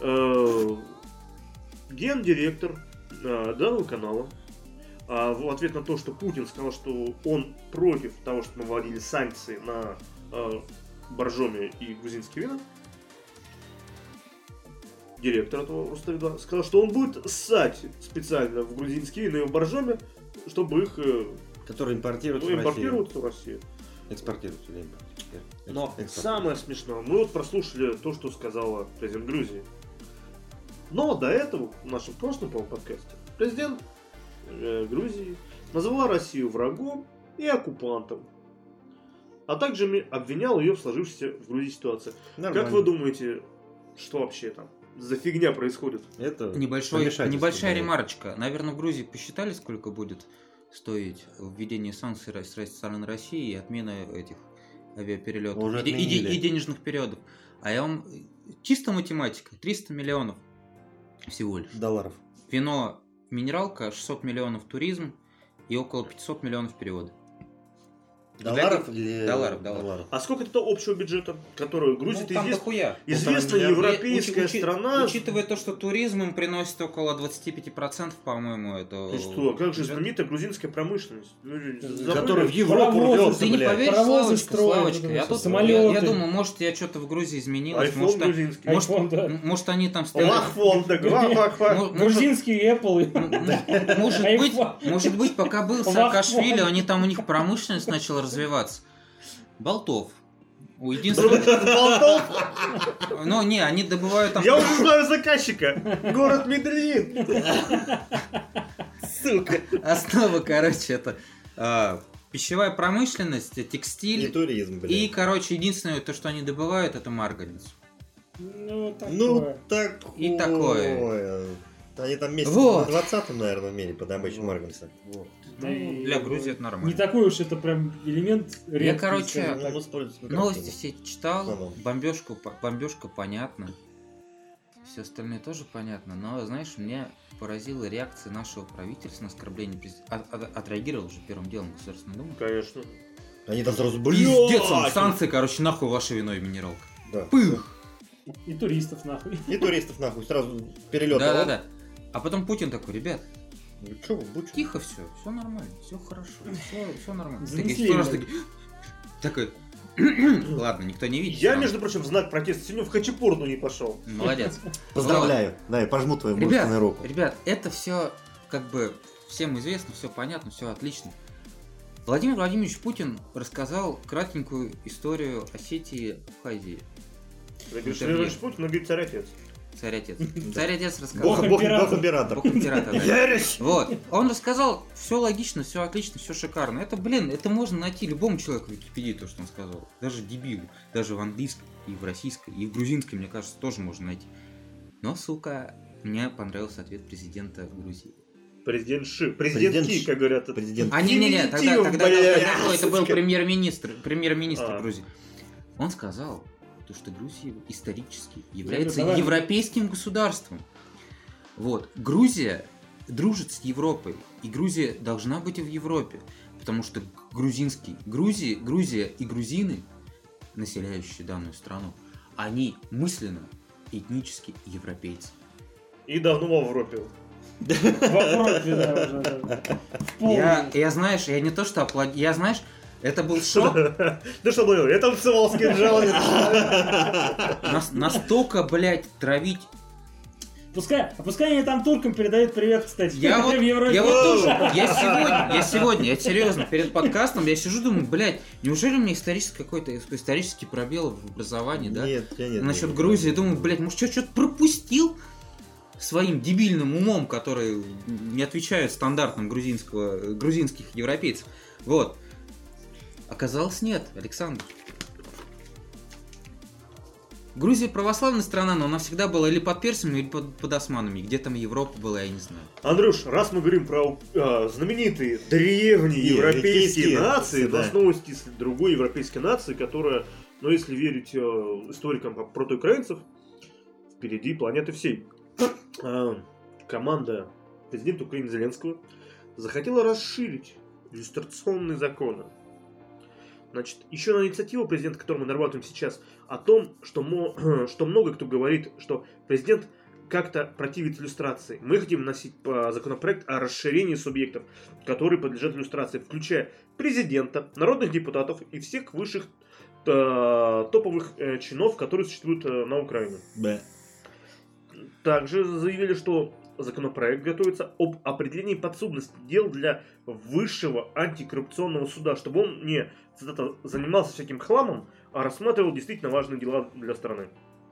гендиректор данного канала в ответ на то, что Путин сказал, что он против того, что мы вводили санкции на боржоми и грузинские вина, директор этого Рустави-2 сказал, что он будет ссать специально в грузинские вина и в боржоми, чтобы их Которые импортируются в Россию. импортируются в Россию. Экспортируются или импортируются. Но Экспорт. самое смешное, мы вот прослушали то, что сказала президент Грузии. Но до этого, в нашем прошлом, по-моему, подкасте, президент Грузии назвала Россию врагом и оккупантом. а также обвинял ее в сложившейся в Грузии ситуации. Нормально. Как вы думаете, что вообще там за фигня происходит? Это Небольшая помешательство, да. ремарочка. Наверное, в Грузии посчитали, сколько будет стоить введение санкций со стороны России и отмена этих авиаперелетов Уже и отменили. денежных переводов. А я вам... Чисто математика. 300 миллионов всего лишь. долларов. Вино, минералка, 600 миллионов туризм и около 500 миллионов переводы. Долларов или... Долларов. А сколько это общего бюджета, который Грузия там дохуя. известная европейская страна? Учитывая то, что туризм им приносит около 25%, по-моему, это... Ты что, как же знаменитая грузинская промышленность? Который в Европу Паровозы, рвется, Ты не блядь. поверишь, Паровозы Славочка, строят, я вот это, тут самолеты. я думаю, может, я что-то в Грузии изменилось, Айфон грузинский. Айфон, да. может, они там Лахфон, так, вах. Грузинский Apple. Может быть, пока был Саакашвили, они там, у них промышленность начала развиваться. Болтов. У единственного... Ну, не, они добывают там... Я уже знаю заказчика. Город Медельин. Сука. Основа, короче, это пищевая промышленность, И текстиль. туризм, блядь. И, короче, единственное, то, что они добывают, это марганец. Ну, Ну, такое. такое. И такое. Они там месяц Вот. на 20-м, наверное, в мире по добыче марганца. Ну, Да и- для Грузии это Не нормально. такой уж это прям элемент редкий, короче, скажем так. Ну, используется Новости все читал, Ага. бомбежка понятно. Все остальное тоже понятно. Но, знаешь, меня поразила реакция нашего правительства на оскорбление президента. Отреагировал же первым делом Государственная Дума. Конечно. Они там сразу, Пиздец вам, блядь! санкции, короче, нахуй ваше вино и минералка. Да. Пых! И туристов нахуй. И туристов нахуй, сразу перелет. Да. А потом Путин такой, ребят, Че вы, будь тихо все нормально, все хорошо, все нормально. Занесли Такие, его. такой, ладно, никто не видит. Я, всё между прочим, в знак протеста сегодня в Хачапурну не пошел. равно. Молодец. Поздравляю. Да, я пожму твою мужественную руку. Ребят, это все как бы всем известно, все понятно, все отлично. Владимир Владимирович Путин рассказал кратенькую историю Осетии, Абхазии. Я говорю, что Интервью. Владимир Путин, он говорит царь-отец. Царь-отец. Царь-отец рассказал. Бог Бог император. император. Бог император, да. Ересь! Вот. Он рассказал, все логично, все отлично, все шикарно. Это, это можно найти любому человеку в Википедии, то, что он сказал. Даже дебилу. Даже в английском, и в российской, и в грузинской, мне кажется, тоже можно найти. Но, сука, мне понравился ответ президента Грузии. Президент Ши. Президент Ки, как говорят. Президент. А, не-не-не, тогда блядь. это был Сука. премьер-министр А. Грузии. Он сказал, то, что Грузия исторически является давай. европейским государством. Вот. Грузия дружит с Европой, и Грузия должна быть в Европе, потому что Грузия и грузины, населяющие данную страну, они мысленно, этнически европейцы. И давно в Европе. В Европе, да, уже, да. В полной. Я знаешь, я не то что аплодирую, я знаешь, это был шок. Ну что было? Я танцевал с кинжалами. Настолько, блядь, травить. Пускай они там туркам передают привет, кстати. Я вот В Европе. тоже, я сегодня, серьезно, перед подкастом, я сижу, думаю, блядь, неужели у меня какой-то исторический пробел в образовании, да? Нет, я нет. Насчет нет. Грузии, думаю, блядь, может, что-то пропустил своим дебильным умом, который не отвечает стандартам грузинских европейцев. Вот. Оказалось, нет, Александр. Грузия православная страна, но она всегда была или под персами, или под османами. Где там Европа была, я не знаю. Андрюш, раз мы говорим про знаменитые древние европейские европейские, нации, да. в основности другой европейской нации, которая, ну если верить историкам протоукраинцев, впереди планеты всей. Команда президента Украины Зеленского захотела расширить иллюстрационные законы. Значит, еще одна инициатива президента, которую мы нарабатываем сейчас, о том, что много кто говорит, что президент как-то противится иллюстрации. Мы хотим вносить законопроект о расширении субъектов, которые подлежат иллюстрации, включая президента, народных депутатов и всех высших топовых чинов, которые существуют на Украине. Да. Также заявили, что законопроект готовится об определении подсудности дел для высшего антикоррупционного суда, чтобы он не, цитата, занимался всяким хламом, а рассматривал действительно важные дела для страны.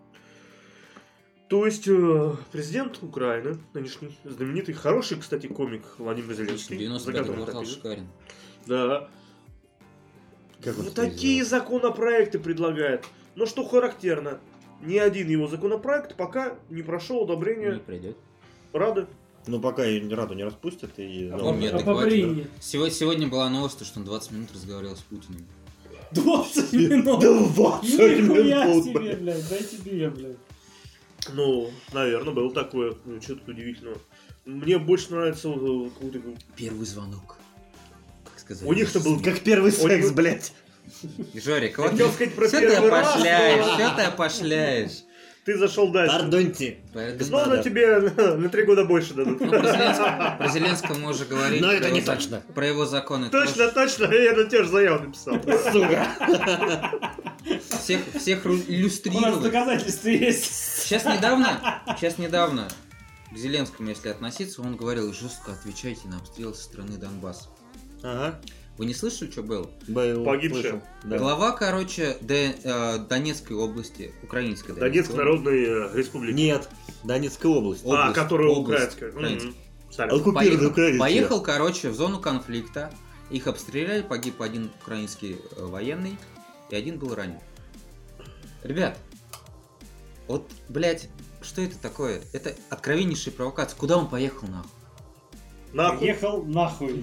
То есть президент Украины, нынешний знаменитый, хороший, кстати, комик Владимир Зеленский, за 95 которым квартал так идет. шикарен. Да. Как он Вот это такие сделал? законопроекты предлагает. Но что характерно, ни один его законопроект пока не прошел Не одобрение придет. Рады. Ну, пока ее Раду не распустят, и... А ну, он А неадекватен. по времени. Сегодня была новость, что он 20 минут разговаривал с Путиным. 20 минут! 20 Нихуя минут, себе, блядь. блядь, дай тебе, блядь. Ну, наверное, было такое. Ну, что тут удивительного. Мне больше нравится какой-то... Первый звонок. Как сказать? У них-то был Как первый секс, него- блядь. Жорик, вот Хотел сказать про все ты первый раз, опошляешь, но- все ты опошляешь. Ты зашел дальше. Пардоньте. Снова надо. тебе на 3 года больше дадут. Ну, про Зеленского мы уже говорили. Но это про не его за- точно. Про его законы. Точно, точно, я на те же заяву написал. Сука. Всех У нас иллюстрировать. доказательства есть. Сейчас недавно к Зеленскому, если относиться, он говорил: жестко отвечайте на обстрел со стороны Донбасса. Ага. Вы не слышали, что было? Был, Погибший. слышал. Да. Глава, короче, Донецкой области, украинской Донецкой Народной Республики. Нет, Донецкой области. А, область, которая область украинская. украинская. Сами. Оккупированная Украина. Поехал, короче, в зону конфликта. Их обстреляли, погиб один украинский военный, и один был ранен. Ребят, вот, блядь, что это такое? Это откровеннейшая провокация. Куда он поехал, нахуй? Нахуй. Ехал нахуй.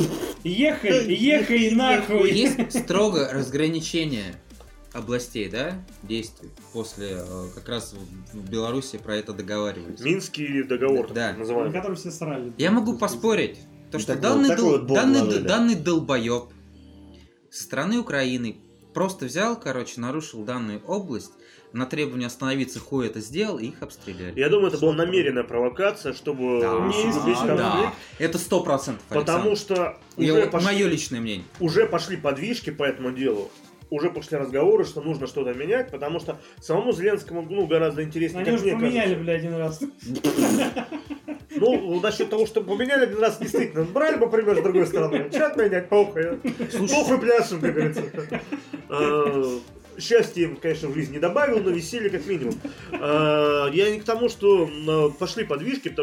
Ехай нахуй. Есть строго разграничение областей, да, действий. После, как раз в Беларуси про это договаривались. Минский договор, Да. На называемый. котором все срали. Я могу поспорить, то, что Так вот, такой вот бог наложили. данный долбоеб со стороны Украины просто взял, короче, нарушил данную область, на требование остановиться хуй это сделал, и их обстреляли. Я думаю, это была намеренная провокация, чтобы Да, усугубить конфликт. да. Это 100%. Потому что Мое личное мнение. уже пошли подвижки по этому делу. Уже пошли разговоры, что нужно что-то менять, потому что самому Зеленскому гораздо интереснее, Они как уже мне поменяли, кажется. бля, один раз. Ну, насчет того, что поменяли один раз, действительно. Брали бы пример с другой стороны. Чат менять, похуй. Похуй пляшем, как говорится. Счастья им, конечно, в жизнь не добавил, но веселье как минимум. Я не к тому, что пошли подвижки,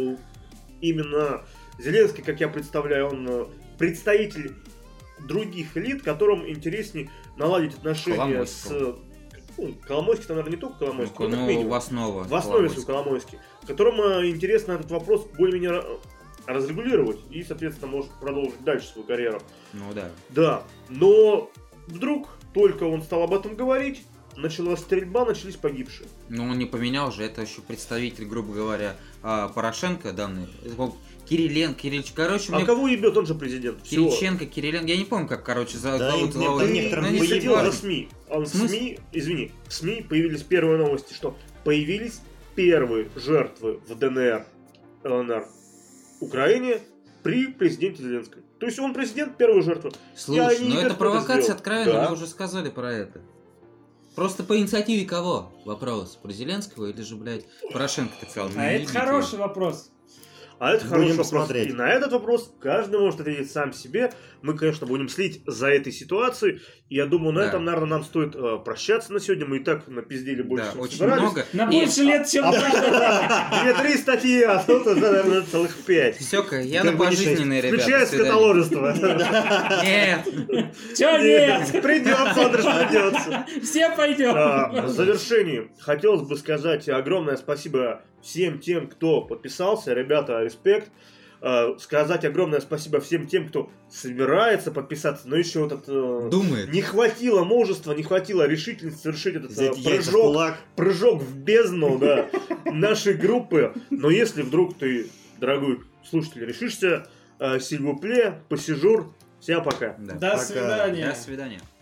именно Зеленский, как я представляю, он представитель других элит, которым интереснее наладить отношения с... Коломойский, там, наверное, не только Коломойский, но как минимум. В основу. В основе свой Коломойский, которому интересно этот вопрос более-менее разрегулировать и, соответственно, может продолжить дальше свою карьеру. Ну да. Да, но вдруг только он стал об этом говорить, началась стрельба, начались погибшие. Но он не поменял же, это еще представитель, грубо говоря, Порошенко данный. Кириленко, короче, А кого ебет, он же президент. Всего. Кириченко, Кириленко, я не помню, как, короче, Да, зовут. некоторым Он не поебет. следил за СМИ. Он в Смысл? СМИ, извини, в СМИ появились первые новости, что появились первые жертвы в ДНР, ЛНР, Украине при президенте Зеленском. То есть он президент, первая жертва. Слушай, не ну ебет, это кто это провокация сделал. откровенная, Да. мы уже сказали про это. Просто по инициативе кого? Вопрос. Про Зеленского или же, блядь, Порошенко так сказал? А это хороший вопрос. А это Будем хороший вопрос. смотреть. И на этот вопрос каждый может ответить сам себе. Мы, конечно, будем следить за этой ситуацией. И я думаю, на Да. этом, наверное, нам стоит прощаться на сегодня. Мы и так напиздели больше, Да, чем очень собирались. много. На И- больше лет, чем надо. 2-3 статьи, а тут уже, наверное, целых 5. Все-ка, я Как на бы не пожизненные, ребята. Включая до свидания. скотоложество. Нет. Чё нет? Придется, Андрей, придется. Все пойдем. В завершении хотелось бы сказать огромное спасибо всем тем, кто подписался. Ребята, респект. Сказать огромное спасибо всем тем, кто собирается подписаться, но еще вот это... Думает. Не хватило мужества, не хватило решительности совершить этот Взять яйца в кулак. прыжок в бездну, да, нашей группы. Но если вдруг ты, дорогой слушатель, решишься, сильвупле, посижур, всем пока. Да. До Пока. свидания. До свидания.